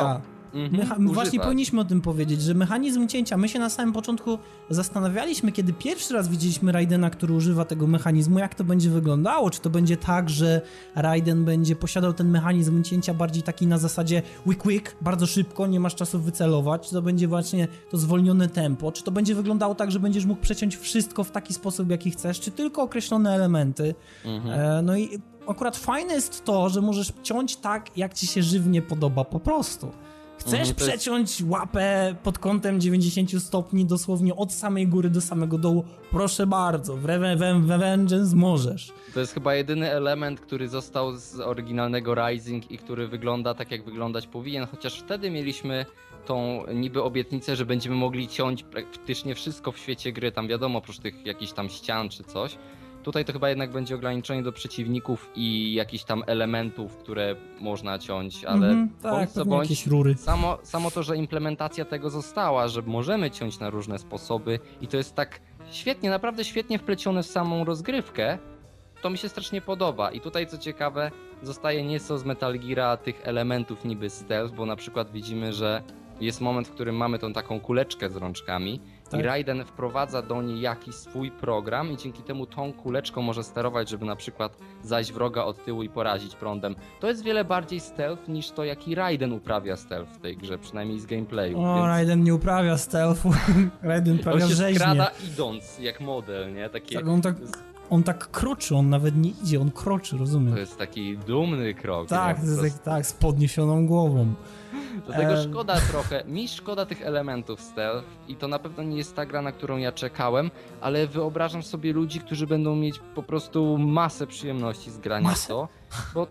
[SPEAKER 1] Właśnie powinniśmy o tym powiedzieć, że mechanizm cięcia, my się na samym początku zastanawialiśmy, kiedy pierwszy raz widzieliśmy Raidena, który używa tego mechanizmu, jak to będzie wyglądało, czy to będzie tak, że Raiden będzie posiadał ten mechanizm cięcia bardziej taki na zasadzie quick, bardzo szybko, nie masz czasu wycelować, czy to będzie właśnie to zwolnione tempo, czy to będzie wyglądało tak, że będziesz mógł przeciąć wszystko w taki sposób, jaki chcesz, czy tylko określone elementy. No i akurat fajne jest to, że możesz ciąć tak, jak ci się żywnie podoba po prostu. Chcesz przeciąć łapę pod kątem 90 stopni dosłownie od samej góry do samego dołu? Proszę bardzo, w Revengeance możesz.
[SPEAKER 2] To jest chyba jedyny element, który został z oryginalnego Rising i który wygląda tak, jak wyglądać powinien, chociaż wtedy mieliśmy tą niby obietnicę, że będziemy mogli ciąć praktycznie wszystko w świecie gry, tam wiadomo, oprócz tych jakichś tam ścian czy coś. Tutaj to chyba jednak będzie ograniczenie do przeciwników i jakichś tam elementów, które można ciąć, ale
[SPEAKER 1] tak, pewnie jakieś rury.
[SPEAKER 2] Samo to, że implementacja tego została, że możemy ciąć na różne sposoby i to jest tak świetnie, naprawdę świetnie wplecione w samą rozgrywkę, to mi się strasznie podoba. I tutaj co ciekawe, zostaje nieco z Metal Geara tych elementów niby stealth, bo na przykład widzimy, że jest moment, w którym mamy tą taką kuleczkę z rączkami i Raiden wprowadza do niej jakiś swój program i dzięki temu tą kuleczką może sterować, żeby na przykład zajść wroga od tyłu i porazić prądem. To jest wiele bardziej stealth niż to, jaki Raiden uprawia stealth w tej grze, przynajmniej z gameplayu.
[SPEAKER 1] O,
[SPEAKER 2] więc...
[SPEAKER 1] Raiden nie uprawia stealthu, Raiden uprawia
[SPEAKER 2] rzeźnię.
[SPEAKER 1] rzeźnię.
[SPEAKER 2] On się skrada idąc, jak model, nie? Takie...
[SPEAKER 1] On tak kroczy, on nawet nie idzie, on kroczy, rozumiem.
[SPEAKER 2] To jest taki dumny krok.
[SPEAKER 1] Tak, tak, z podniesioną głową.
[SPEAKER 2] Dlatego szkoda trochę, mi szkoda tych elementów stealth i to na pewno nie jest ta gra, na którą ja czekałem, ale wyobrażam sobie ludzi, którzy będą mieć po prostu masę przyjemności z grania w to, bo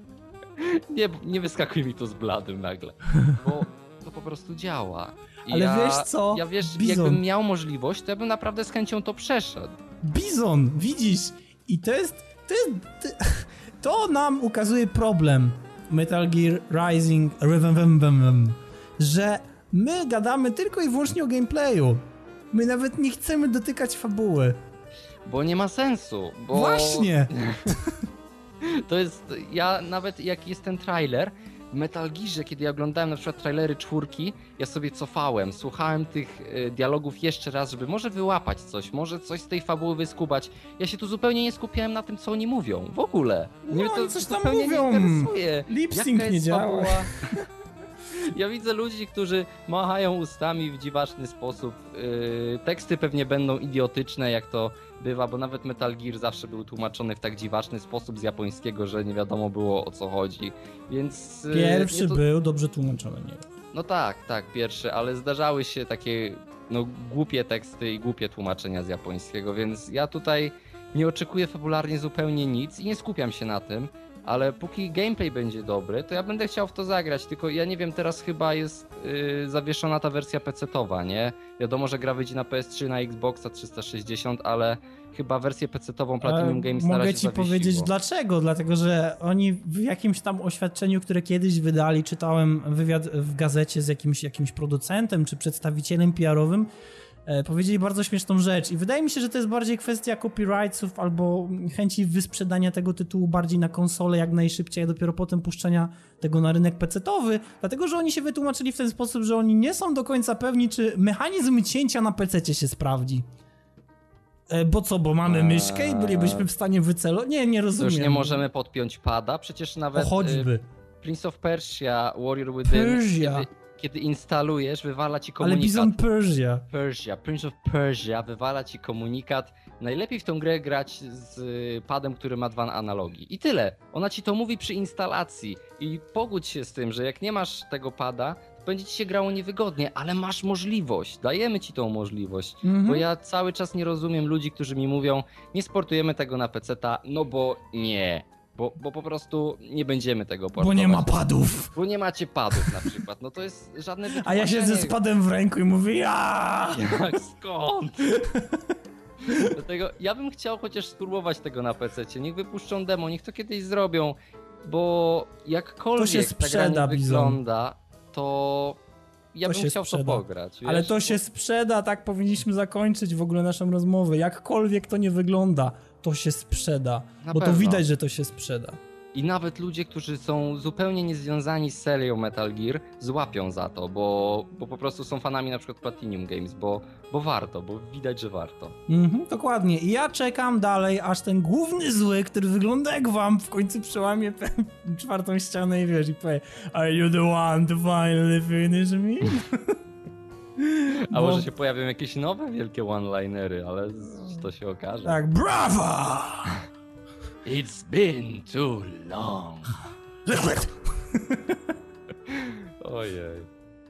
[SPEAKER 2] nie wyskakuj mi to z bladym nagle, bo to po prostu działa. I
[SPEAKER 1] ale wiesz co?
[SPEAKER 2] Ja wiesz,
[SPEAKER 1] Bizon.
[SPEAKER 2] jakbym miał możliwość, to ja bym naprawdę z chęcią to przeszedł.
[SPEAKER 1] Bizon, widzisz? I to nam ukazuje problem Metal Gear Rising, że my gadamy tylko i wyłącznie o gameplayu. My nawet nie chcemy dotykać fabuły.
[SPEAKER 2] Bo nie ma sensu. Bo...
[SPEAKER 1] Właśnie!
[SPEAKER 2] To jest, ja nawet jak jest ten trailer, w Metal Gearze, kiedy ja oglądałem na przykład trailery 4, ja sobie cofałem, słuchałem tych dialogów jeszcze raz, żeby może wyłapać coś, może coś z tej fabuły wyskubać. Ja się tu zupełnie nie skupiałem na tym, co oni mówią, w ogóle.
[SPEAKER 1] No,
[SPEAKER 2] to
[SPEAKER 1] coś tam
[SPEAKER 2] zupełnie
[SPEAKER 1] mówią.
[SPEAKER 2] nie interesuje.
[SPEAKER 1] Lip-sync nie działa.
[SPEAKER 2] Ja widzę ludzi, którzy machają ustami w dziwaczny sposób. Teksty pewnie będą idiotyczne, jak to bywa, bo nawet Metal Gear zawsze był tłumaczony w tak dziwaczny sposób z japońskiego, że nie wiadomo było, o co chodzi. Więc
[SPEAKER 1] pierwszy był dobrze tłumaczony, nie wiem.
[SPEAKER 2] No tak, pierwszy, ale zdarzały się takie głupie teksty i głupie tłumaczenia z japońskiego, więc ja tutaj nie oczekuję fabularnie zupełnie nic i nie skupiam się na tym. Ale póki gameplay będzie dobry, to ja będę chciał w to zagrać, tylko ja nie wiem, teraz chyba jest zawieszona ta wersja PC-towa, nie? Wiadomo, że gra wyjdzie na PS3, na Xboxa 360, ale chyba wersję PC-tową Platinum Games na razie
[SPEAKER 1] mogę ci
[SPEAKER 2] zawiesiło.
[SPEAKER 1] powiedzieć dlaczego, dlatego że oni w jakimś tam oświadczeniu, które kiedyś wydali, czytałem wywiad w gazecie z jakimś producentem czy przedstawicielem PR-owym, powiedzieli bardzo śmieszną rzecz i wydaje mi się, że to jest bardziej kwestia copyrightsów albo chęci wysprzedania tego tytułu bardziej na konsolę jak najszybciej, a dopiero potem puszczenia tego na rynek PC-towy, dlatego że oni się wytłumaczyli w ten sposób, że oni nie są do końca pewni, czy mechanizm cięcia na PC-cie się sprawdzi. Bo co, bo mamy myszkę i bylibyśmy w stanie wycelować? Nie rozumiem.
[SPEAKER 2] To już nie możemy podpiąć pada, przecież nawet
[SPEAKER 1] choćby.
[SPEAKER 2] Prince of Persia, Warrior Within, kiedy instalujesz, wywala ci komunikat.
[SPEAKER 1] Ale Bizon
[SPEAKER 2] Prince of Persia wywala ci komunikat. Najlepiej w tą grę grać z padem, który ma 2 analogi. I tyle. Ona ci to mówi przy instalacji. I pogódź się z tym, że jak nie masz tego pada, to będzie ci się grało niewygodnie, ale masz możliwość. Dajemy ci tą możliwość. Bo ja cały czas nie rozumiem ludzi, którzy mi mówią, nie sportujemy tego na PC-ta, no bo nie. Bo po prostu nie będziemy tego portować.
[SPEAKER 1] Bo nie ma padów.
[SPEAKER 2] Bo nie macie padów na przykład. No to jest żadne wytłumaczenie.
[SPEAKER 1] A ja siedzę z padem w ręku i mówię
[SPEAKER 2] Jak skąd? Dlatego ja bym chciał chociaż spróbować tego na PC-cie. Niech wypuszczą demo, niech to kiedyś zrobią. Bo jakkolwiek
[SPEAKER 1] to się sprzeda,
[SPEAKER 2] ta gra nie wygląda, to ja bym chciał w to pograć. Wiesz?
[SPEAKER 1] Ale to się sprzeda, tak powinniśmy zakończyć w ogóle naszą rozmowę. Jakkolwiek to nie wygląda, to się sprzeda. Bo to widać, że to się sprzeda.
[SPEAKER 2] I nawet ludzie, którzy są zupełnie niezwiązani z serią Metal Gear, złapią za to, bo po prostu są fanami na przykład Platinum Games, bo warto, bo widać, że warto.
[SPEAKER 1] Dokładnie. I ja czekam dalej, aż ten główny zły, który wygląda jak wamp, w końcu przełamie czwartą ścianę i wiesz, i powie: Are you the one to finally finish me?
[SPEAKER 2] A może się pojawią jakieś nowe wielkie one-linery, ale to się okaże.
[SPEAKER 1] Tak, brawa!
[SPEAKER 2] It's been too long.
[SPEAKER 1] Liquid!
[SPEAKER 2] Ojej.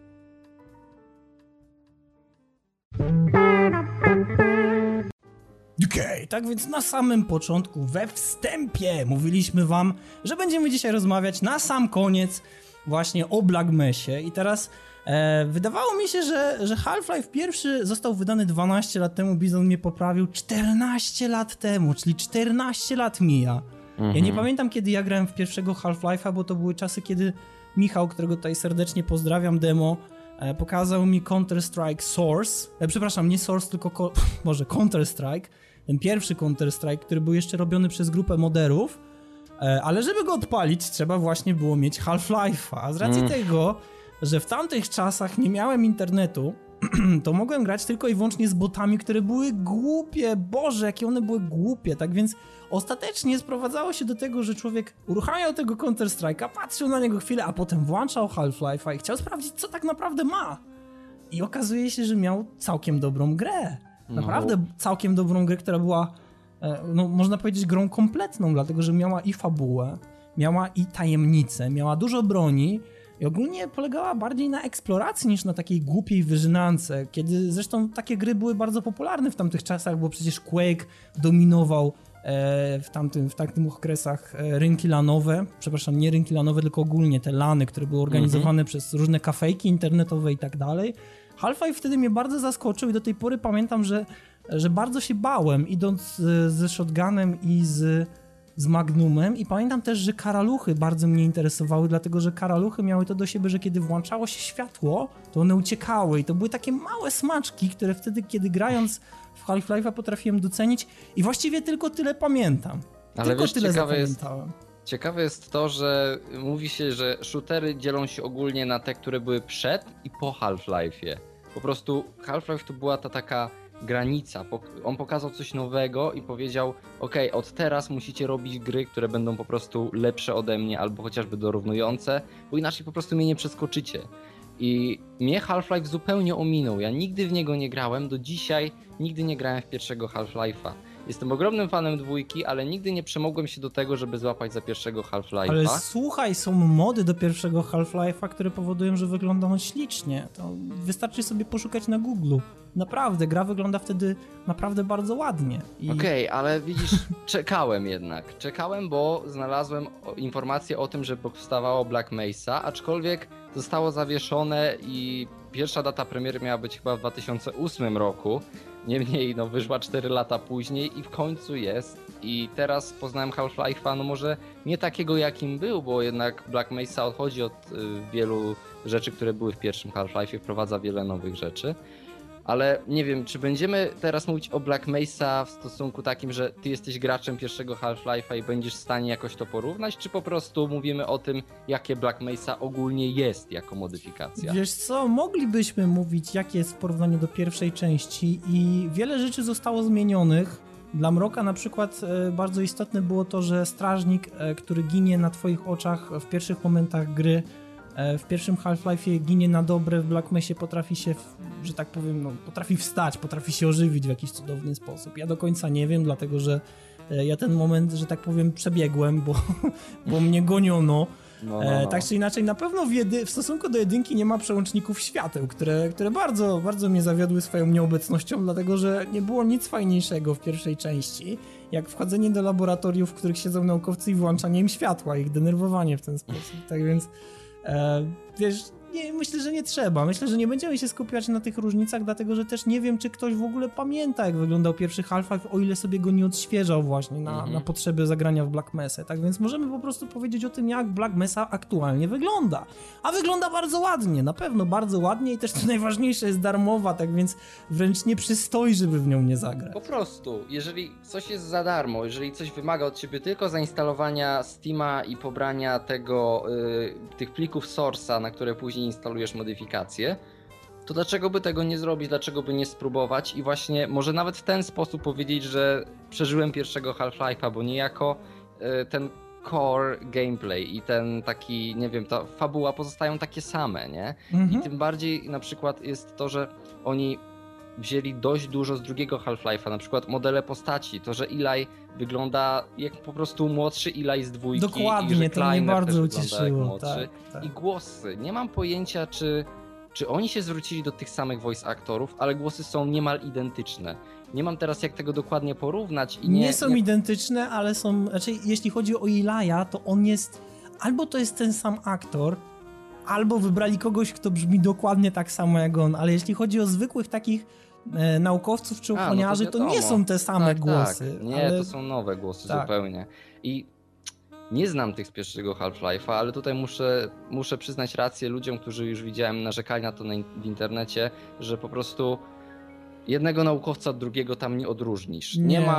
[SPEAKER 1] Okej, tak więc na samym początku, we wstępie mówiliśmy wam, że będziemy dzisiaj rozmawiać na sam koniec właśnie o Black Mesie i teraz wydawało mi się, że Half-Life pierwszy został wydany 12 lat temu, Bizon mnie poprawił, 14 lat temu, czyli 14 lat mija. Ja nie pamiętam, kiedy ja grałem w pierwszego Half-Life'a, bo to były czasy, kiedy Michał, którego tutaj serdecznie pozdrawiam, demo, pokazał mi Counter-Strike Source, przepraszam, nie Source, tylko może Counter-Strike, ten pierwszy Counter-Strike, który był jeszcze robiony przez grupę moderów, ale żeby go odpalić, trzeba właśnie było mieć Half-Life'a, a z racji tego, że w tamtych czasach nie miałem internetu, to mogłem grać tylko i wyłącznie z botami, które były głupie. Boże, jakie one były głupie. Tak więc ostatecznie sprowadzało się do tego, że człowiek uruchamiał tego Counter-Strike'a, patrzył na niego chwilę, a potem włączał Half-Life'a i chciał sprawdzić, co tak naprawdę ma. I okazuje się, że miał całkiem dobrą grę. Naprawdę całkiem dobrą grę, która była, no można powiedzieć, grą kompletną, dlatego że miała i fabułę, miała i tajemnicę, miała dużo broni, i ogólnie polegała bardziej na eksploracji niż na takiej głupiej wyżynance, kiedy zresztą takie gry były bardzo popularne w tamtych czasach, bo przecież Quake dominował w tamtych okresach rynki lanowe, przepraszam, nie rynki lanowe, tylko ogólnie te lany, które były organizowane przez różne kafejki internetowe i tak dalej. Half-Life wtedy mnie bardzo zaskoczył i do tej pory pamiętam, że bardzo się bałem, idąc ze shotgunem i z Magnumem, i pamiętam też, że karaluchy bardzo mnie interesowały, dlatego że karaluchy miały to do siebie, że kiedy włączało się światło, to one uciekały i to były takie małe smaczki, które wtedy, kiedy grając w Half-Life'a potrafiłem docenić i właściwie tylko tyle pamiętam.
[SPEAKER 2] Ale
[SPEAKER 1] tylko
[SPEAKER 2] wiesz,
[SPEAKER 1] tyle zapamiętałem.
[SPEAKER 2] Ciekawe jest to, że mówi się, że shootery dzielą się ogólnie na te, które były przed i po Half-Life'ie. Po prostu Half-Life to była ta taka granica. On pokazał coś nowego i powiedział: okej, od teraz musicie robić gry, które będą po prostu lepsze ode mnie albo chociażby dorównujące, bo inaczej po prostu mnie nie przeskoczycie. I mnie Half-Life zupełnie ominął. Ja nigdy w niego nie grałem, do dzisiaj nigdy nie grałem w pierwszego Half-Life'a. Jestem ogromnym fanem dwójki, ale nigdy nie przemogłem się do tego, żeby złapać za pierwszego Half-Life'a.
[SPEAKER 1] Ale słuchaj, są mody do pierwszego Half-Life'a, które powodują, że wygląda on ślicznie. To wystarczy sobie poszukać na Google'u. Naprawdę, gra wygląda wtedy naprawdę bardzo ładnie.
[SPEAKER 2] Okej, ale widzisz, czekałem jednak. Czekałem, bo znalazłem informację o tym, że powstawało Black Mesa, aczkolwiek zostało zawieszone i pierwsza data premiery miała być chyba w 2008 roku. Niemniej wyszła 4 lata później i w końcu jest. I teraz poznałem Half-Life'a, no może nie takiego jakim był, bo jednak Black Mesa odchodzi od wielu rzeczy, które były w pierwszym Half-Life'ie, wprowadza wiele nowych rzeczy. Ale nie wiem, czy będziemy teraz mówić o Black Mesa w stosunku takim, że ty jesteś graczem pierwszego Half-Life'a i będziesz w stanie jakoś to porównać, czy po prostu mówimy o tym, jakie Black Mesa ogólnie jest jako modyfikacja?
[SPEAKER 1] Wiesz co, moglibyśmy mówić, jakie jest w porównaniu do pierwszej części i wiele rzeczy zostało zmienionych. Dla Mroka na przykład bardzo istotne było to, że strażnik, który ginie na twoich oczach w pierwszych momentach gry, w pierwszym Half-Life'ie ginie na dobre, w Black Mesie potrafi się, że tak powiem, potrafi wstać, potrafi się ożywić w jakiś cudowny sposób. Ja do końca nie wiem, dlatego że ja ten moment, że tak powiem, przebiegłem, bo mnie goniono. Tak czy inaczej, na pewno w stosunku do jedynki nie ma przełączników świateł, które bardzo, bardzo mnie zawiodły swoją nieobecnością, dlatego że nie było nic fajniejszego w pierwszej części, jak wchodzenie do laboratoriów, w których siedzą naukowcy i włączanie im światła, ich denerwowanie w ten sposób. Tak więc wiesz, nie, myślę, że nie trzeba. Myślę, że nie będziemy się skupiać na tych różnicach, dlatego że też nie wiem, czy ktoś w ogóle pamięta, jak wyglądał pierwszy Half-Life, o ile sobie go nie odświeżał właśnie na potrzeby zagrania w Black Mesa. Tak więc możemy po prostu powiedzieć o tym, jak Black Mesa aktualnie wygląda. A wygląda bardzo ładnie, na pewno bardzo ładnie i też to najważniejsze, jest darmowa, tak więc wręcz nie przystoi, żeby w nią nie zagrać.
[SPEAKER 2] Po prostu, jeżeli coś jest za darmo, jeżeli coś wymaga od ciebie tylko zainstalowania Steama i pobrania tych plików source'a, na które później instalujesz modyfikacje, to dlaczego by tego nie zrobić, dlaczego by nie spróbować i właśnie może nawet w ten sposób powiedzieć, że przeżyłem pierwszego Half-Life'a, bo niejako ten core gameplay i ten taki, nie wiem, ta fabuła pozostają takie same, nie? I tym bardziej na przykład jest to, że oni wzięli dość dużo z drugiego Half-Life'a, na przykład modele postaci, to, że Eli wygląda jak po prostu młodszy Eli z dwójki.
[SPEAKER 1] Dokładnie,
[SPEAKER 2] i że
[SPEAKER 1] to mnie bardzo ucieszyło.
[SPEAKER 2] Tak. I głosy. Nie mam pojęcia, czy oni się zwrócili do tych samych voice aktorów, ale głosy są niemal identyczne. Nie mam teraz jak tego dokładnie porównać. I
[SPEAKER 1] nie są identyczne, ale są, raczej jeśli chodzi o Eli'a, to on jest, albo to jest ten sam aktor, albo wybrali kogoś, kto brzmi dokładnie tak samo jak on, ale jeśli chodzi o zwykłych takich naukowców czy ochroniarzy, to nie są te same głosy.
[SPEAKER 2] Tak. Nie, to są nowe głosy zupełnie. I nie znam tych z pierwszego Half-Life'a, ale tutaj muszę przyznać rację ludziom, którzy już widziałem, narzekali na to w internecie, że po prostu jednego naukowca od drugiego tam nie odróżnisz.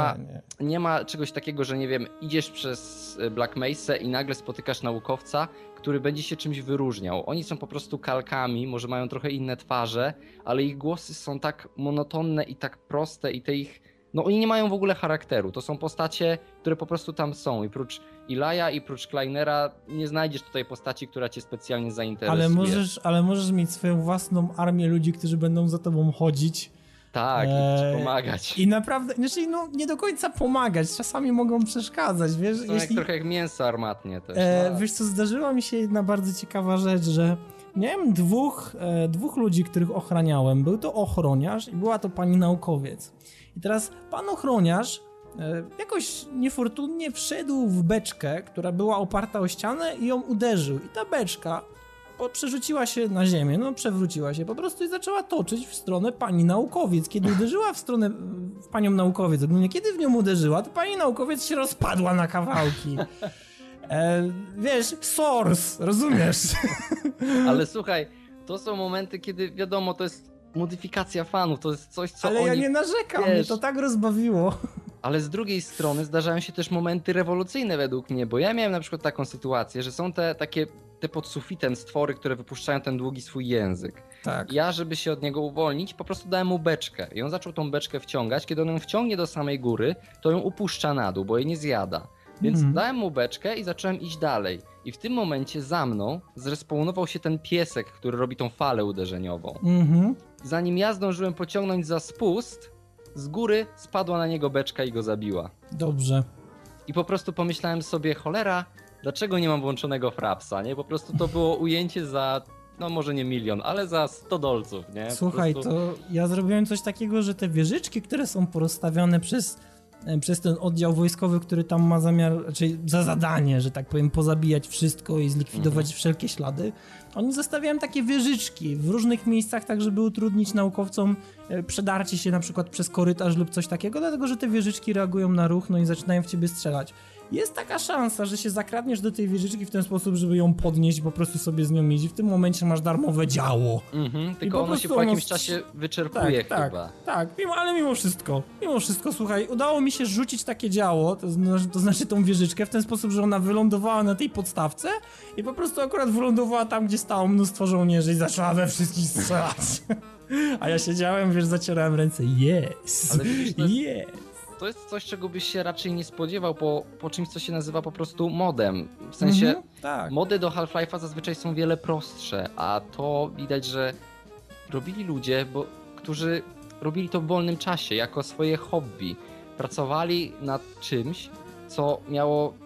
[SPEAKER 2] Nie ma czegoś takiego, że nie wiem, idziesz przez Black Mesa i nagle spotykasz naukowca, który będzie się czymś wyróżniał. Oni są po prostu kalkami, może mają trochę inne twarze, ale ich głosy są tak monotonne i tak proste i no oni nie mają w ogóle charakteru. To są postacie, które po prostu tam są i prócz Eli'a i prócz Kleinera nie znajdziesz tutaj postaci, która cię specjalnie zainteresuje.
[SPEAKER 1] Ale możesz mieć swoją własną armię ludzi, którzy będą za tobą chodzić.
[SPEAKER 2] Tak, i pomagać.
[SPEAKER 1] I naprawdę, znaczy nie do końca pomagać, czasami mogą przeszkadzać, wiesz.
[SPEAKER 2] To trochę jak mięso armatnie też.
[SPEAKER 1] Wiesz co, zdarzyła mi się jedna bardzo ciekawa rzecz, że miałem dwóch ludzi, których ochraniałem. Był to ochroniarz i była to pani naukowiec. I teraz pan ochroniarz jakoś niefortunnie wszedł w beczkę, która była oparta o ścianę i ją uderzył. I ta beczka przerzuciła się na ziemię, przewróciła się po prostu i zaczęła toczyć w stronę pani naukowiec. Kiedy uderzyła w panią naukowiec, ogólnie kiedy w nią uderzyła, to pani naukowiec się rozpadła na kawałki. Wiesz, source, rozumiesz?
[SPEAKER 2] Ale słuchaj, to są momenty, kiedy wiadomo, to jest modyfikacja fanów, to jest coś, co
[SPEAKER 1] Ale ja nie narzekam, mnie to tak rozbawiło.
[SPEAKER 2] Ale z drugiej strony zdarzają się też momenty rewolucyjne według mnie, bo ja miałem na przykład taką sytuację, że są te pod sufitem stwory, które wypuszczają ten długi swój język.
[SPEAKER 1] Tak.
[SPEAKER 2] Ja, żeby się od niego uwolnić, po prostu dałem mu beczkę i on zaczął tą beczkę wciągać. Kiedy on ją wciągnie do samej góry, to ją upuszcza na dół, bo jej nie zjada. Więc dałem mu beczkę i zacząłem iść dalej. I w tym momencie za mną zrespawnował się ten piesek, który robi tą falę uderzeniową. Zanim ja zdążyłem pociągnąć za spust, z góry spadła na niego beczka i go zabiła.
[SPEAKER 1] Dobrze.
[SPEAKER 2] I po prostu pomyślałem sobie, cholera, dlaczego nie mam włączonego frapsa, nie? Po prostu to było ujęcie za, no może nie milion, ale za $100, nie?
[SPEAKER 1] Słuchaj, to ja zrobiłem coś takiego, że te wieżyczki, które są porozstawione przez ten oddział wojskowy, który tam ma zamiar, czyli za zadanie, że tak powiem, pozabijać wszystko i zlikwidować wszelkie ślady, oni zostawiają takie wieżyczki w różnych miejscach, tak żeby utrudnić naukowcom przedarcie się na przykład przez korytarz lub coś takiego, dlatego że te wieżyczki reagują na ruch, no i zaczynają w ciebie strzelać. Jest taka szansa, że się zakradniesz do tej wieżyczki w ten sposób, żeby ją podnieść i po prostu sobie z nią iść. W tym momencie masz darmowe działo.
[SPEAKER 2] Tylko ono się po jakimś czasie wyczerpuje chyba.
[SPEAKER 1] Tak, ale mimo wszystko, słuchaj, udało mi się rzucić takie działo, to znaczy tą wieżyczkę w ten sposób, że ona wylądowała na tej podstawce i po prostu akurat wylądowała tam, gdzie stało mnóstwo żołnierzy i zaczęła we wszystkich strzelać. A ja siedziałem, wiesz, zacierałem ręce, yes,
[SPEAKER 2] Ale widzisz,
[SPEAKER 1] yes.
[SPEAKER 2] To jest coś, czego byś się raczej nie spodziewał po czymś, co się nazywa po prostu modem. W sensie
[SPEAKER 1] tak.
[SPEAKER 2] Mody do Half-Life'a zazwyczaj są wiele prostsze, a to widać, że robili ludzie, którzy robili to w wolnym czasie, jako swoje hobby. Pracowali nad czymś, co miało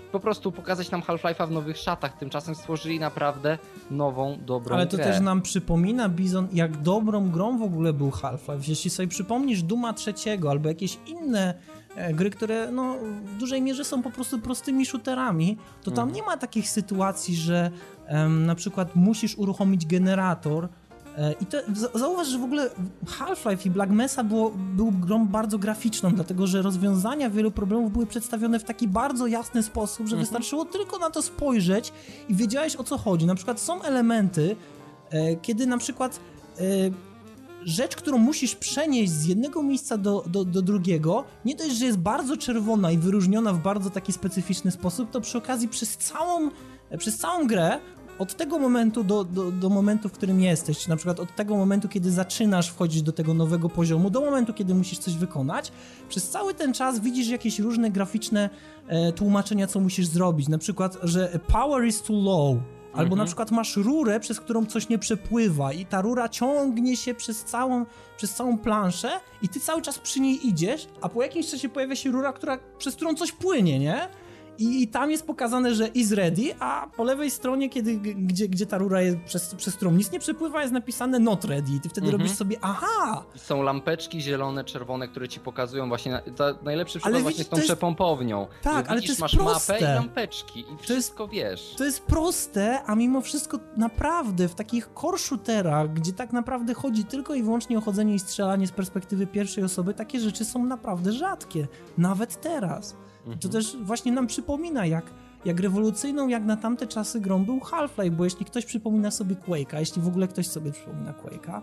[SPEAKER 2] po prostu pokazać nam Half-Life'a w nowych szatach. Tymczasem stworzyli naprawdę nową, dobrą
[SPEAKER 1] Ale to
[SPEAKER 2] grę.
[SPEAKER 1] też nam przypomina, Bizon, jak dobrą grą w ogóle był Half-Life. Jeśli sobie przypomnisz Dooma 3 albo jakieś inne gry, które no, w dużej mierze są po prostu prostymi shooterami, to tam nie ma takich sytuacji, że na przykład musisz uruchomić generator. I to, zauważ, że w ogóle Half-Life i Black Mesa był grą bardzo graficzną, dlatego że rozwiązania wielu problemów były przedstawione w taki bardzo jasny sposób, że wystarczyło tylko na to spojrzeć i wiedziałeś, o co chodzi. Na przykład są elementy, kiedy na przykład rzecz, którą musisz przenieść z jednego miejsca do drugiego, nie dość, że jest bardzo czerwona i wyróżniona w bardzo taki specyficzny sposób, to przy okazji przez całą grę od tego momentu do momentu, w którym jesteś, czy na przykład od tego momentu, kiedy zaczynasz wchodzić do tego nowego poziomu, do momentu, kiedy musisz coś wykonać, przez cały ten czas widzisz jakieś różne graficzne tłumaczenia, co musisz zrobić. Na przykład, że power is too low, albo na przykład masz rurę, przez którą coś nie przepływa i ta rura ciągnie się przez całą planszę i ty cały czas przy niej idziesz, a po jakimś czasie pojawia się rura, przez którą coś płynie, nie? I tam jest pokazane, że is ready, a po lewej stronie, gdzie ta rura jest, przez którą nic nie przepływa, jest napisane not ready. I ty wtedy robisz sobie, aha!
[SPEAKER 2] Są lampeczki zielone, czerwone, które ci pokazują właśnie, najlepszy przykład właśnie z tą
[SPEAKER 1] to jest...
[SPEAKER 2] przepompownią.
[SPEAKER 1] Tak, ale
[SPEAKER 2] widzisz,
[SPEAKER 1] to jest
[SPEAKER 2] masz
[SPEAKER 1] proste.
[SPEAKER 2] mapę i lampeczki i wszystko wiesz.
[SPEAKER 1] To jest proste, a mimo wszystko naprawdę w takich core shooterach, gdzie tak naprawdę chodzi tylko i wyłącznie o chodzenie i strzelanie z perspektywy pierwszej osoby, takie rzeczy są naprawdę rzadkie. Nawet teraz. To też właśnie nam przypomina, jak rewolucyjną, jak na tamte czasy grą był Half-Life, bo jeśli ktoś przypomina sobie Quake'a, jeśli w ogóle ktoś sobie przypomina Quake'a,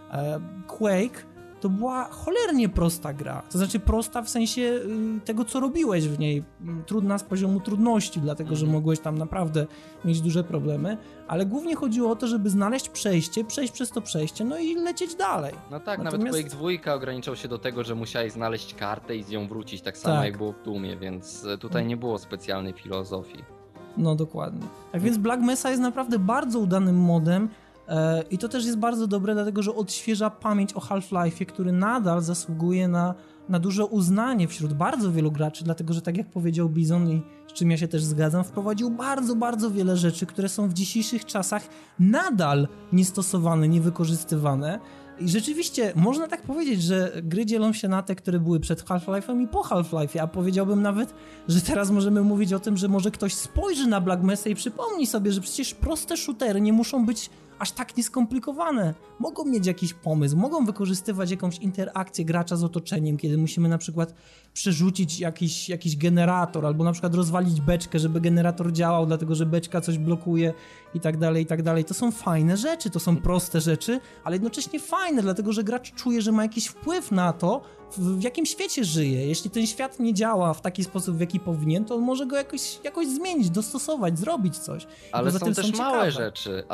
[SPEAKER 1] Quake to była cholernie prosta gra. To znaczy prosta w sensie tego, co robiłeś w niej. Trudna z poziomu trudności, dlatego że mogłeś tam naprawdę mieć duże problemy, ale głównie chodziło o to, żeby znaleźć przejście, przejść przez to przejście, no i lecieć dalej.
[SPEAKER 2] No tak,
[SPEAKER 1] Natomiast...
[SPEAKER 2] nawet Quake 2 ograniczał się do tego, że musiałeś znaleźć kartę i z nią wrócić, tak samo jak było w Doomie, więc tutaj nie było specjalnej filozofii.
[SPEAKER 1] No dokładnie. Tak więc Black Mesa jest naprawdę bardzo udanym modem i to też jest bardzo dobre, dlatego że odświeża pamięć o Half-Life'ie, który nadal zasługuje na duże uznanie wśród bardzo wielu graczy, dlatego że tak jak powiedział Bizon i z czym ja się też zgadzam, wprowadził bardzo, bardzo wiele rzeczy, które są w dzisiejszych czasach nadal niestosowane, niewykorzystywane. I rzeczywiście można tak powiedzieć, że gry dzielą się na te, które były przed Half-Life'em i po Half-Life'ie, a powiedziałbym nawet, że teraz możemy mówić o tym, że może ktoś spojrzy na Black Mesa i przypomni sobie, że przecież proste shootery nie muszą być aż tak nieskomplikowane. Mogą mieć jakiś pomysł, mogą wykorzystywać jakąś interakcję gracza z otoczeniem, kiedy musimy na przykład przerzucić jakiś generator, albo na przykład rozwalić beczkę, żeby generator działał, dlatego że beczka coś blokuje i tak dalej, i tak dalej. To są fajne rzeczy, to są proste rzeczy, ale jednocześnie fajne, dlatego że gracz czuje, że ma jakiś wpływ na to, w jakim świecie żyje. Jeśli ten świat nie działa w taki sposób, w jaki powinien, to on może go jakoś zmienić, dostosować, zrobić coś.
[SPEAKER 2] Ale są też małe rzeczy,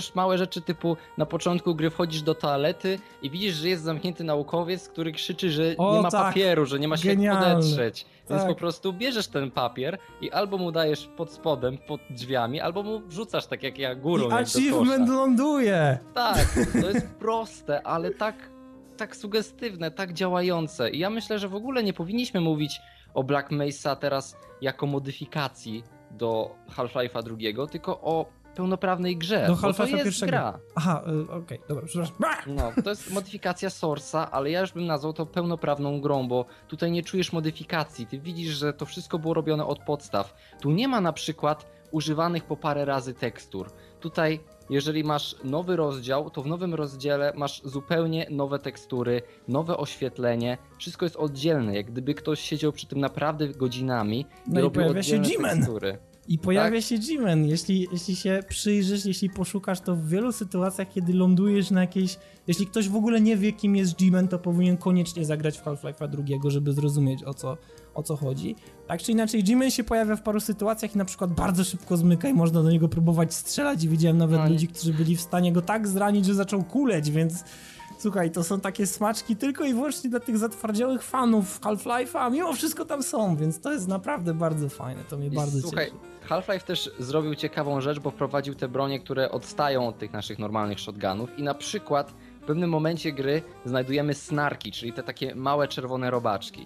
[SPEAKER 2] typu na początku gry wchodzisz do toalety i widzisz, że jest zamknięty naukowiec, który krzyczy, że nie ma papieru, że nie ma się jak podetrzeć. Więc po prostu bierzesz ten papier i albo mu dajesz pod spodem, pod drzwiami, albo mu wrzucasz tak jak ja górą.
[SPEAKER 1] I achievement ląduje!
[SPEAKER 2] Tak, to jest proste, ale tak sugestywne, tak działające. I ja myślę, że w ogóle nie powinniśmy mówić o Black Mesa teraz jako modyfikacji do Half-Life'a drugiego, tylko o pełnoprawnej grze.
[SPEAKER 1] Do Half-Life'a
[SPEAKER 2] to jest
[SPEAKER 1] pierwszego.
[SPEAKER 2] Gra.
[SPEAKER 1] Aha, okej, dobra, przepraszam.
[SPEAKER 2] No, to jest modyfikacja Source'a, ale ja już bym nazwał to pełnoprawną grą, bo tutaj nie czujesz modyfikacji. Ty widzisz, że to wszystko było robione od podstaw. Tu nie ma na przykład używanych po parę razy tekstur. Tutaj jeżeli masz nowy rozdział, to w nowym rozdziale masz zupełnie nowe tekstury, nowe oświetlenie, wszystko jest oddzielne, jak gdyby ktoś siedział przy tym naprawdę godzinami i robił oddzielne tekstury.
[SPEAKER 1] I pojawia się G-Man. Jeśli się przyjrzysz, jeśli poszukasz, to w wielu sytuacjach, kiedy lądujesz na jakiejś... Jeśli ktoś w ogóle nie wie, kim jest G-Man, to powinien koniecznie zagrać w Half-Life'a drugiego, żeby zrozumieć, o co chodzi. Tak czy inaczej, G-Man się pojawia w paru sytuacjach i na przykład bardzo szybko zmyka i można do niego próbować strzelać i widziałem nawet ludzi, którzy byli w stanie go tak zranić, że zaczął kuleć, więc... Słuchaj, to są takie smaczki tylko i wyłącznie dla tych zatwardziałych fanów Half-Life'a, a mimo wszystko tam są, więc to jest naprawdę bardzo fajne, to mnie bardzo cieszy.
[SPEAKER 2] Half-Life też zrobił ciekawą rzecz, bo wprowadził te bronie, które odstają od tych naszych normalnych shotgunów i na przykład w pewnym momencie gry znajdujemy snarki, czyli te takie małe czerwone robaczki.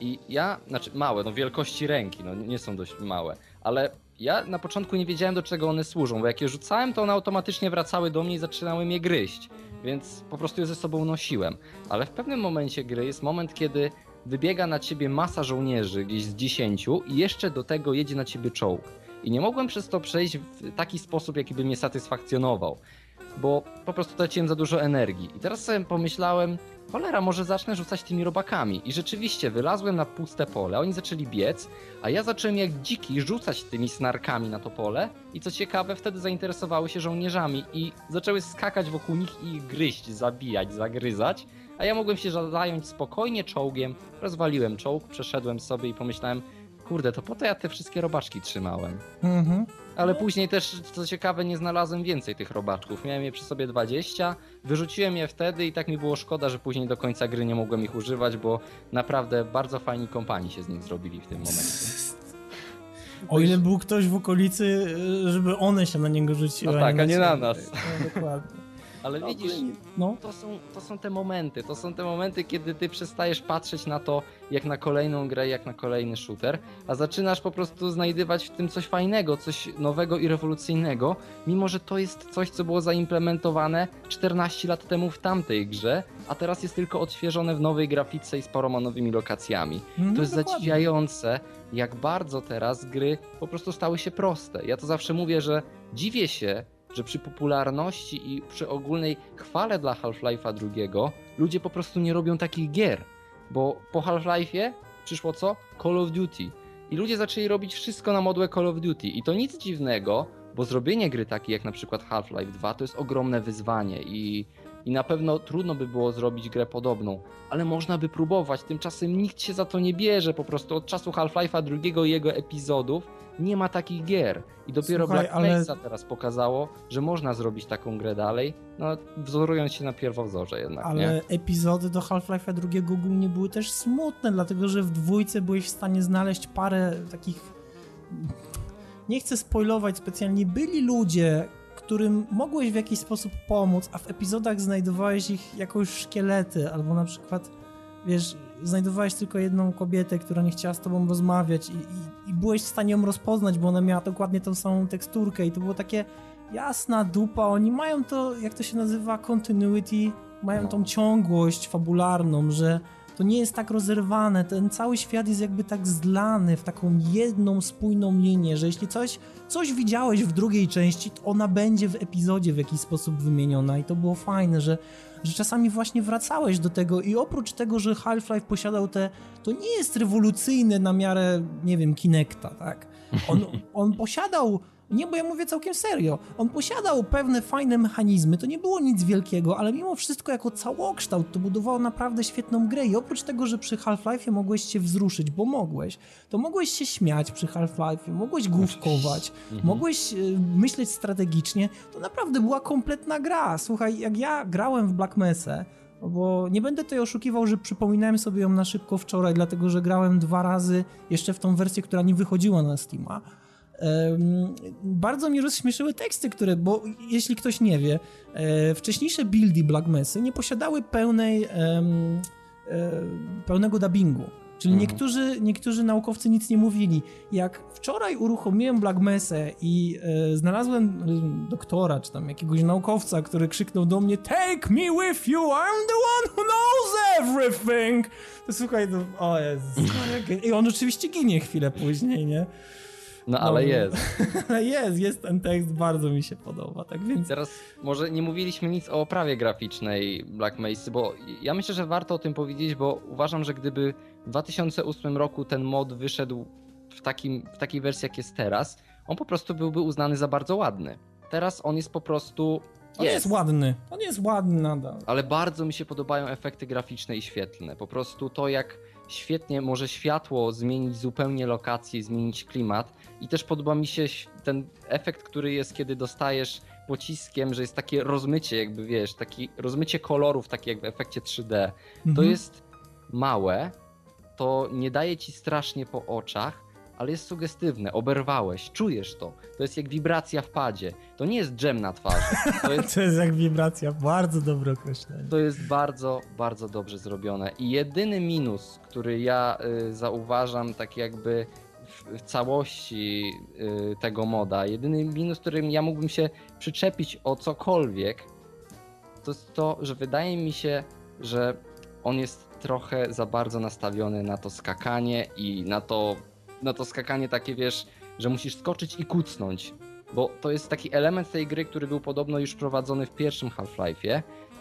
[SPEAKER 2] I ja, znaczy małe, no wielkości ręki, no nie są dość małe, ale ja na początku nie wiedziałem, do czego one służą, bo jak je rzucałem, to one automatycznie wracały do mnie i zaczynały mnie gryźć, więc po prostu je ze sobą nosiłem. Ale w pewnym momencie gry jest moment, kiedy wybiega na ciebie masa żołnierzy, gdzieś z 10 i jeszcze do tego jedzie na ciebie czołg. I nie mogłem przez to przejść w taki sposób, jaki by mnie satysfakcjonował, bo po prostu traciłem za dużo energii. I teraz sobie pomyślałem, cholera, może zacznę rzucać tymi robakami. I rzeczywiście wylazłem na puste pole, oni zaczęli biec, a ja zacząłem jak dziki rzucać tymi snarkami na to pole i co ciekawe, wtedy zainteresowały się żołnierzami i zaczęły skakać wokół nich i ich gryźć, zabijać, zagryzać, a ja mogłem się zająć spokojnie czołgiem, rozwaliłem czołg, przeszedłem sobie i pomyślałem, kurde, to po to ja te wszystkie robaczki trzymałem. Ale później też, co ciekawe, nie znalazłem więcej tych robaczków. Miałem je przy sobie 20, wyrzuciłem je wtedy i tak mi było szkoda, że później do końca gry nie mogłem ich używać, bo naprawdę bardzo fajni kompanii się z nich zrobili w tym momencie.
[SPEAKER 1] O ile był ktoś w okolicy, żeby one się na niego rzuciły.
[SPEAKER 2] No tak, a nie na
[SPEAKER 1] ciebie.
[SPEAKER 2] nas.
[SPEAKER 1] No, dokładnie.
[SPEAKER 2] Ale
[SPEAKER 1] No,
[SPEAKER 2] widzisz,
[SPEAKER 1] no.
[SPEAKER 2] to są te momenty, kiedy ty przestajesz patrzeć na to jak na kolejną grę, jak na kolejny shooter, a zaczynasz po prostu znajdywać w tym coś fajnego, coś nowego i rewolucyjnego, mimo że to jest coś, co było zaimplementowane 14 lat temu w tamtej grze, a teraz jest tylko odświeżone w nowej grafice i z paroma nowymi lokacjami.
[SPEAKER 1] No,
[SPEAKER 2] To jest
[SPEAKER 1] dokładnie.
[SPEAKER 2] zadziwiające, jak bardzo teraz gry po prostu stały się proste. Ja to zawsze mówię, że dziwię się, że przy popularności i przy ogólnej chwale dla Half-Life'a II ludzie po prostu nie robią takich gier. Bo po Half-Life'ie przyszło co? Call of Duty. I ludzie zaczęli robić wszystko na modłę Call of Duty. I to nic dziwnego, bo zrobienie gry takiej jak na przykład Half-Life 2 to jest ogromne wyzwanie i na pewno trudno by było zrobić grę podobną, ale można by próbować, tymczasem nikt się za to nie bierze, po prostu od czasu Half-Life'a II i jego epizodów nie ma takich gier i dopiero
[SPEAKER 1] Słuchaj,
[SPEAKER 2] Black Mesa teraz pokazało, że można zrobić taką grę dalej, no wzorując się na pierwowzorze jednak,
[SPEAKER 1] Ale
[SPEAKER 2] nie?
[SPEAKER 1] epizody do Half-Life'a II ogólnie były też smutne, dlatego że w dwójce byłeś w stanie znaleźć parę takich... Nie chcę spoilować specjalnie, byli ludzie, którym mogłeś w jakiś sposób pomóc, a w epizodach znajdowałeś ich jakoś szkielety, albo na przykład, wiesz, znajdowałeś tylko jedną kobietę, która nie chciała z tobą rozmawiać i byłeś w stanie ją rozpoznać, bo ona miała dokładnie tą samą teksturkę i to było takie jasna dupa, oni mają to, jak to się nazywa, continuity, mają tą ciągłość fabularną, że to nie jest tak rozerwane, ten cały świat jest jakby tak zlany w taką jedną, spójną linię, że jeśli coś widziałeś w drugiej części, to ona będzie w epizodzie w jakiś sposób wymieniona i to było fajne, że czasami właśnie wracałeś do tego i oprócz tego, że Half-Life posiadał to nie jest rewolucyjne na miarę, nie wiem, Kinecta, tak? On posiadał, nie, bo ja mówię całkiem serio, on posiadał pewne fajne mechanizmy, to nie było nic wielkiego, ale mimo wszystko jako całokształt to budowało naprawdę świetną grę i oprócz tego, że przy Half-Life'ie mogłeś się wzruszyć, bo to mogłeś się śmiać przy Half-Life'ie, mogłeś główkować, mogłeś myśleć strategicznie, to naprawdę była kompletna gra. Słuchaj, jak ja grałem w Black Mesę, bo nie będę tutaj oszukiwał, że przypominałem sobie ją na szybko wczoraj, dlatego że grałem 2 razy jeszcze w tą wersję, która nie wychodziła na Steama. Bardzo mnie rozśmieszyły teksty, bo jeśli ktoś nie wie, wcześniejsze buildy Black Mesy nie posiadały pełnego dubbingu. Czyli niektórzy naukowcy nic nie mówili. Jak wczoraj uruchomiłem Black Mesę i znalazłem doktora, czy tam jakiegoś naukowca, który krzyknął do mnie "Take me with you, I'm the one who knows everything!" To słuchaj, o Jezus. I on oczywiście ginie chwilę później, nie?
[SPEAKER 2] No ale jest.
[SPEAKER 1] Ale jest ten tekst, bardzo mi się podoba, tak więc...
[SPEAKER 2] Teraz może nie mówiliśmy nic o oprawie graficznej Black Mesa, bo ja myślę, że warto o tym powiedzieć, bo uważam, że gdyby w 2008 roku ten mod wyszedł w takiej wersji, jak jest teraz, on po prostu byłby uznany za bardzo ładny. Teraz on jest po prostu...
[SPEAKER 1] On jest ładny nadal.
[SPEAKER 2] Ale bardzo mi się podobają efekty graficzne i świetlne. Po prostu to, jak świetnie może światło zmienić zupełnie lokację, zmienić klimat. I też podoba mi się ten efekt, który jest, kiedy dostajesz pociskiem, że jest takie rozmycie, jakby wiesz, takie rozmycie kolorów, takie jak w efekcie 3D. To jest małe, to nie daje ci strasznie po oczach, ale jest sugestywne, oberwałeś, czujesz to. To jest jak wibracja w padzie. To nie jest dżem na twarzy.
[SPEAKER 1] To jest jak wibracja, bardzo dobre określenie.
[SPEAKER 2] To jest bardzo, bardzo dobrze zrobione. I jedyny minus, który ja zauważam tak jakby w całości tego moda, jedyny minus, którym ja mógłbym się przyczepić o cokolwiek, to jest to, że wydaje mi się, że on jest trochę za bardzo nastawiony na to skakanie i na to skakanie takie, wiesz, że musisz skoczyć i kucnąć. Bo to jest taki element tej gry, który był podobno już wprowadzony w pierwszym Half-Life'ie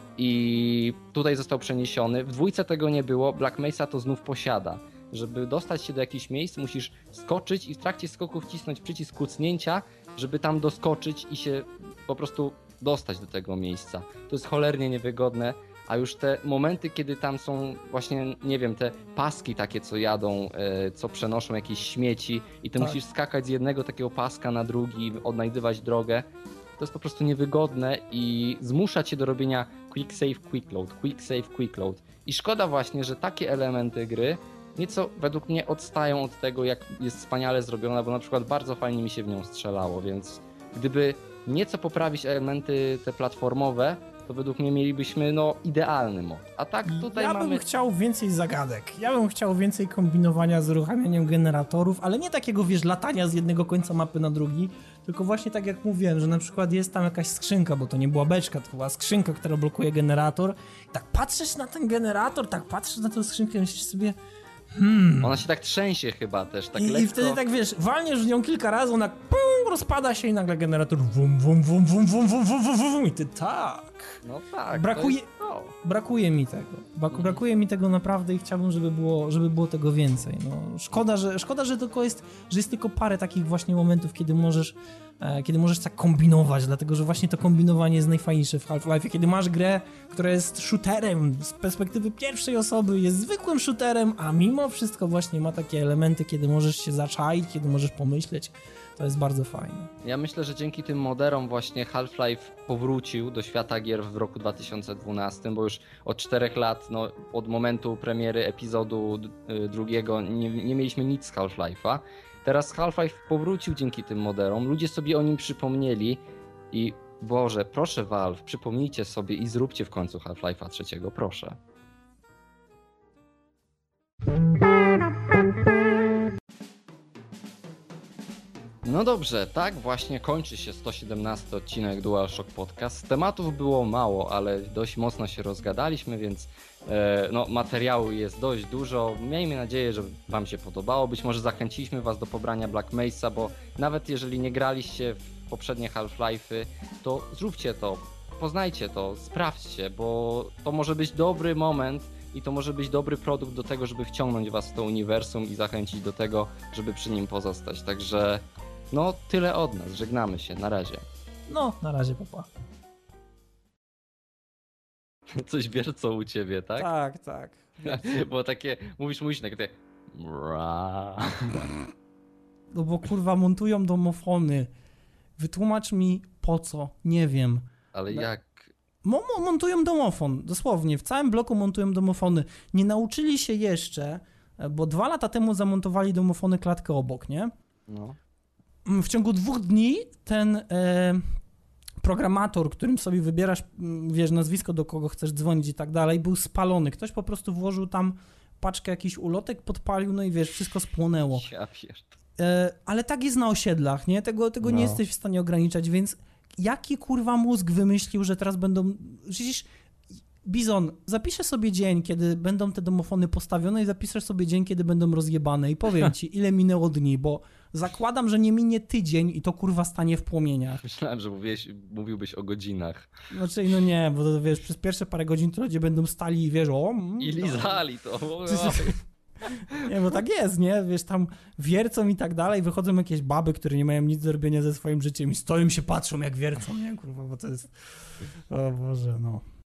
[SPEAKER 2] i tutaj został przeniesiony. W dwójce tego nie było, Black Mesa to znów posiada. Żeby dostać się do jakichś miejsc, musisz skoczyć i w trakcie skoku wcisnąć przycisk kucnięcia, żeby tam doskoczyć i się po prostu dostać do tego miejsca. To jest cholernie niewygodne, a już te momenty, kiedy tam są właśnie, nie wiem, te paski takie, co jadą, co przenoszą jakieś śmieci i ty musisz skakać z jednego takiego paska na drugi, odnajdywać drogę, to jest po prostu niewygodne i zmusza cię do robienia quick save, quick load, quick save, quick load. I szkoda właśnie, że takie elementy gry nieco według mnie odstają od tego, jak jest wspaniale zrobiona, bo na przykład bardzo fajnie mi się w nią strzelało, więc gdyby nieco poprawić elementy te platformowe, to według mnie mielibyśmy idealny mod. A tak tutaj
[SPEAKER 1] Ja bym chciał więcej zagadek. Ja bym chciał więcej kombinowania z uruchamianiem generatorów, ale nie takiego, wiesz, latania z jednego końca mapy na drugi, tylko właśnie tak jak mówiłem, że na przykład jest tam jakaś skrzynka, bo to nie była beczka, to była skrzynka, która blokuje generator. I tak patrzysz na ten generator, tak patrzysz na tę skrzynkę i myślisz sobie,
[SPEAKER 2] Ona się tak trzęsie chyba też, tak
[SPEAKER 1] I
[SPEAKER 2] lekko.
[SPEAKER 1] I wtedy tak, wiesz, walniesz w nią kilka razy, ona rozpada się i nagle generator wum, wum, wum, wum, wum, wum, wum, wum, wum, i ty tak.
[SPEAKER 2] No tak.
[SPEAKER 1] Brakuje,
[SPEAKER 2] to jest to.
[SPEAKER 1] brakuje mi tego. Brakuje mi tego naprawdę i chciałbym, żeby było tego więcej. No, szkoda, że tylko jest tylko parę takich właśnie momentów, kiedy możesz tak kombinować, dlatego że właśnie to kombinowanie jest najfajniejsze w Half-Life. Kiedy masz grę, która jest shooterem z perspektywy pierwszej osoby, jest zwykłym shooterem, a mimo wszystko właśnie ma takie elementy, kiedy możesz się zaczaić, kiedy możesz pomyśleć, to jest bardzo fajne.
[SPEAKER 2] Ja myślę, że dzięki tym moderom właśnie Half-Life powrócił do świata gier w roku 2012, bo już od 4 lat, od momentu premiery epizodu drugiego nie mieliśmy nic z Half-Life'a. Teraz Half-Life powrócił dzięki tym moderom, ludzie sobie o nim przypomnieli i Boże, proszę Valve, przypomnijcie sobie i zróbcie w końcu Half-Life'a 3, proszę. No dobrze, tak właśnie kończy się 117 odcinek DualShock Podcast. Tematów było mało, ale dość mocno się rozgadaliśmy, więc materiału jest dość dużo. Miejmy nadzieję, że wam się podobało. Być może zachęciliśmy was do pobrania Black Mesa, bo nawet jeżeli nie graliście w poprzednie Half-Life'y, to zróbcie to, poznajcie to, sprawdźcie, bo to może być dobry moment i to może być dobry produkt do tego, żeby wciągnąć was w to uniwersum i zachęcić do tego, żeby przy nim pozostać. Także tyle od nas. Żegnamy się. Na razie.
[SPEAKER 1] Na razie, papa.
[SPEAKER 2] Coś wiercą u ciebie, tak?
[SPEAKER 1] Tak.
[SPEAKER 2] Bo takie, mówisz takie...
[SPEAKER 1] No bo kurwa montują domofony. Wytłumacz mi po co, nie wiem.
[SPEAKER 2] Ale jak?
[SPEAKER 1] Montują domofon, dosłownie. W całym bloku montują domofony. Nie nauczyli się jeszcze, bo 2 lata temu zamontowali domofony klatkę obok, nie?
[SPEAKER 2] No.
[SPEAKER 1] W ciągu 2 dni ten programator, którym sobie wybierasz, wiesz, nazwisko, do kogo chcesz dzwonić i tak dalej, był spalony. Ktoś po prostu włożył tam paczkę jakichś ulotek, podpalił, no i wiesz, wszystko spłonęło.
[SPEAKER 2] Ja pierd...
[SPEAKER 1] Ale tak jest na osiedlach, nie? Tego nie jesteś w stanie ograniczać, więc jaki kurwa mózg wymyślił, że teraz będą... Przecież Bizon, zapiszę sobie dzień, kiedy będą te domofony postawione i zapiszesz sobie dzień, kiedy będą rozjebane i powiem ci, ile minęło dni, bo zakładam, że nie minie tydzień i to kurwa stanie w płomieniach.
[SPEAKER 2] Myślałem, że mówiłbyś o godzinach.
[SPEAKER 1] Znaczy, nie, bo to wiesz, przez pierwsze parę godzin to ludzie będą stali i wiesz,
[SPEAKER 2] I lizali to.
[SPEAKER 1] Nie, bo tak jest, nie? Wiesz, tam wiercą i tak dalej, wychodzą jakieś baby, które nie mają nic do robienia ze swoim życiem i stoją się, patrzą jak wiercą, nie? Kurwa, bo to jest... O Boże,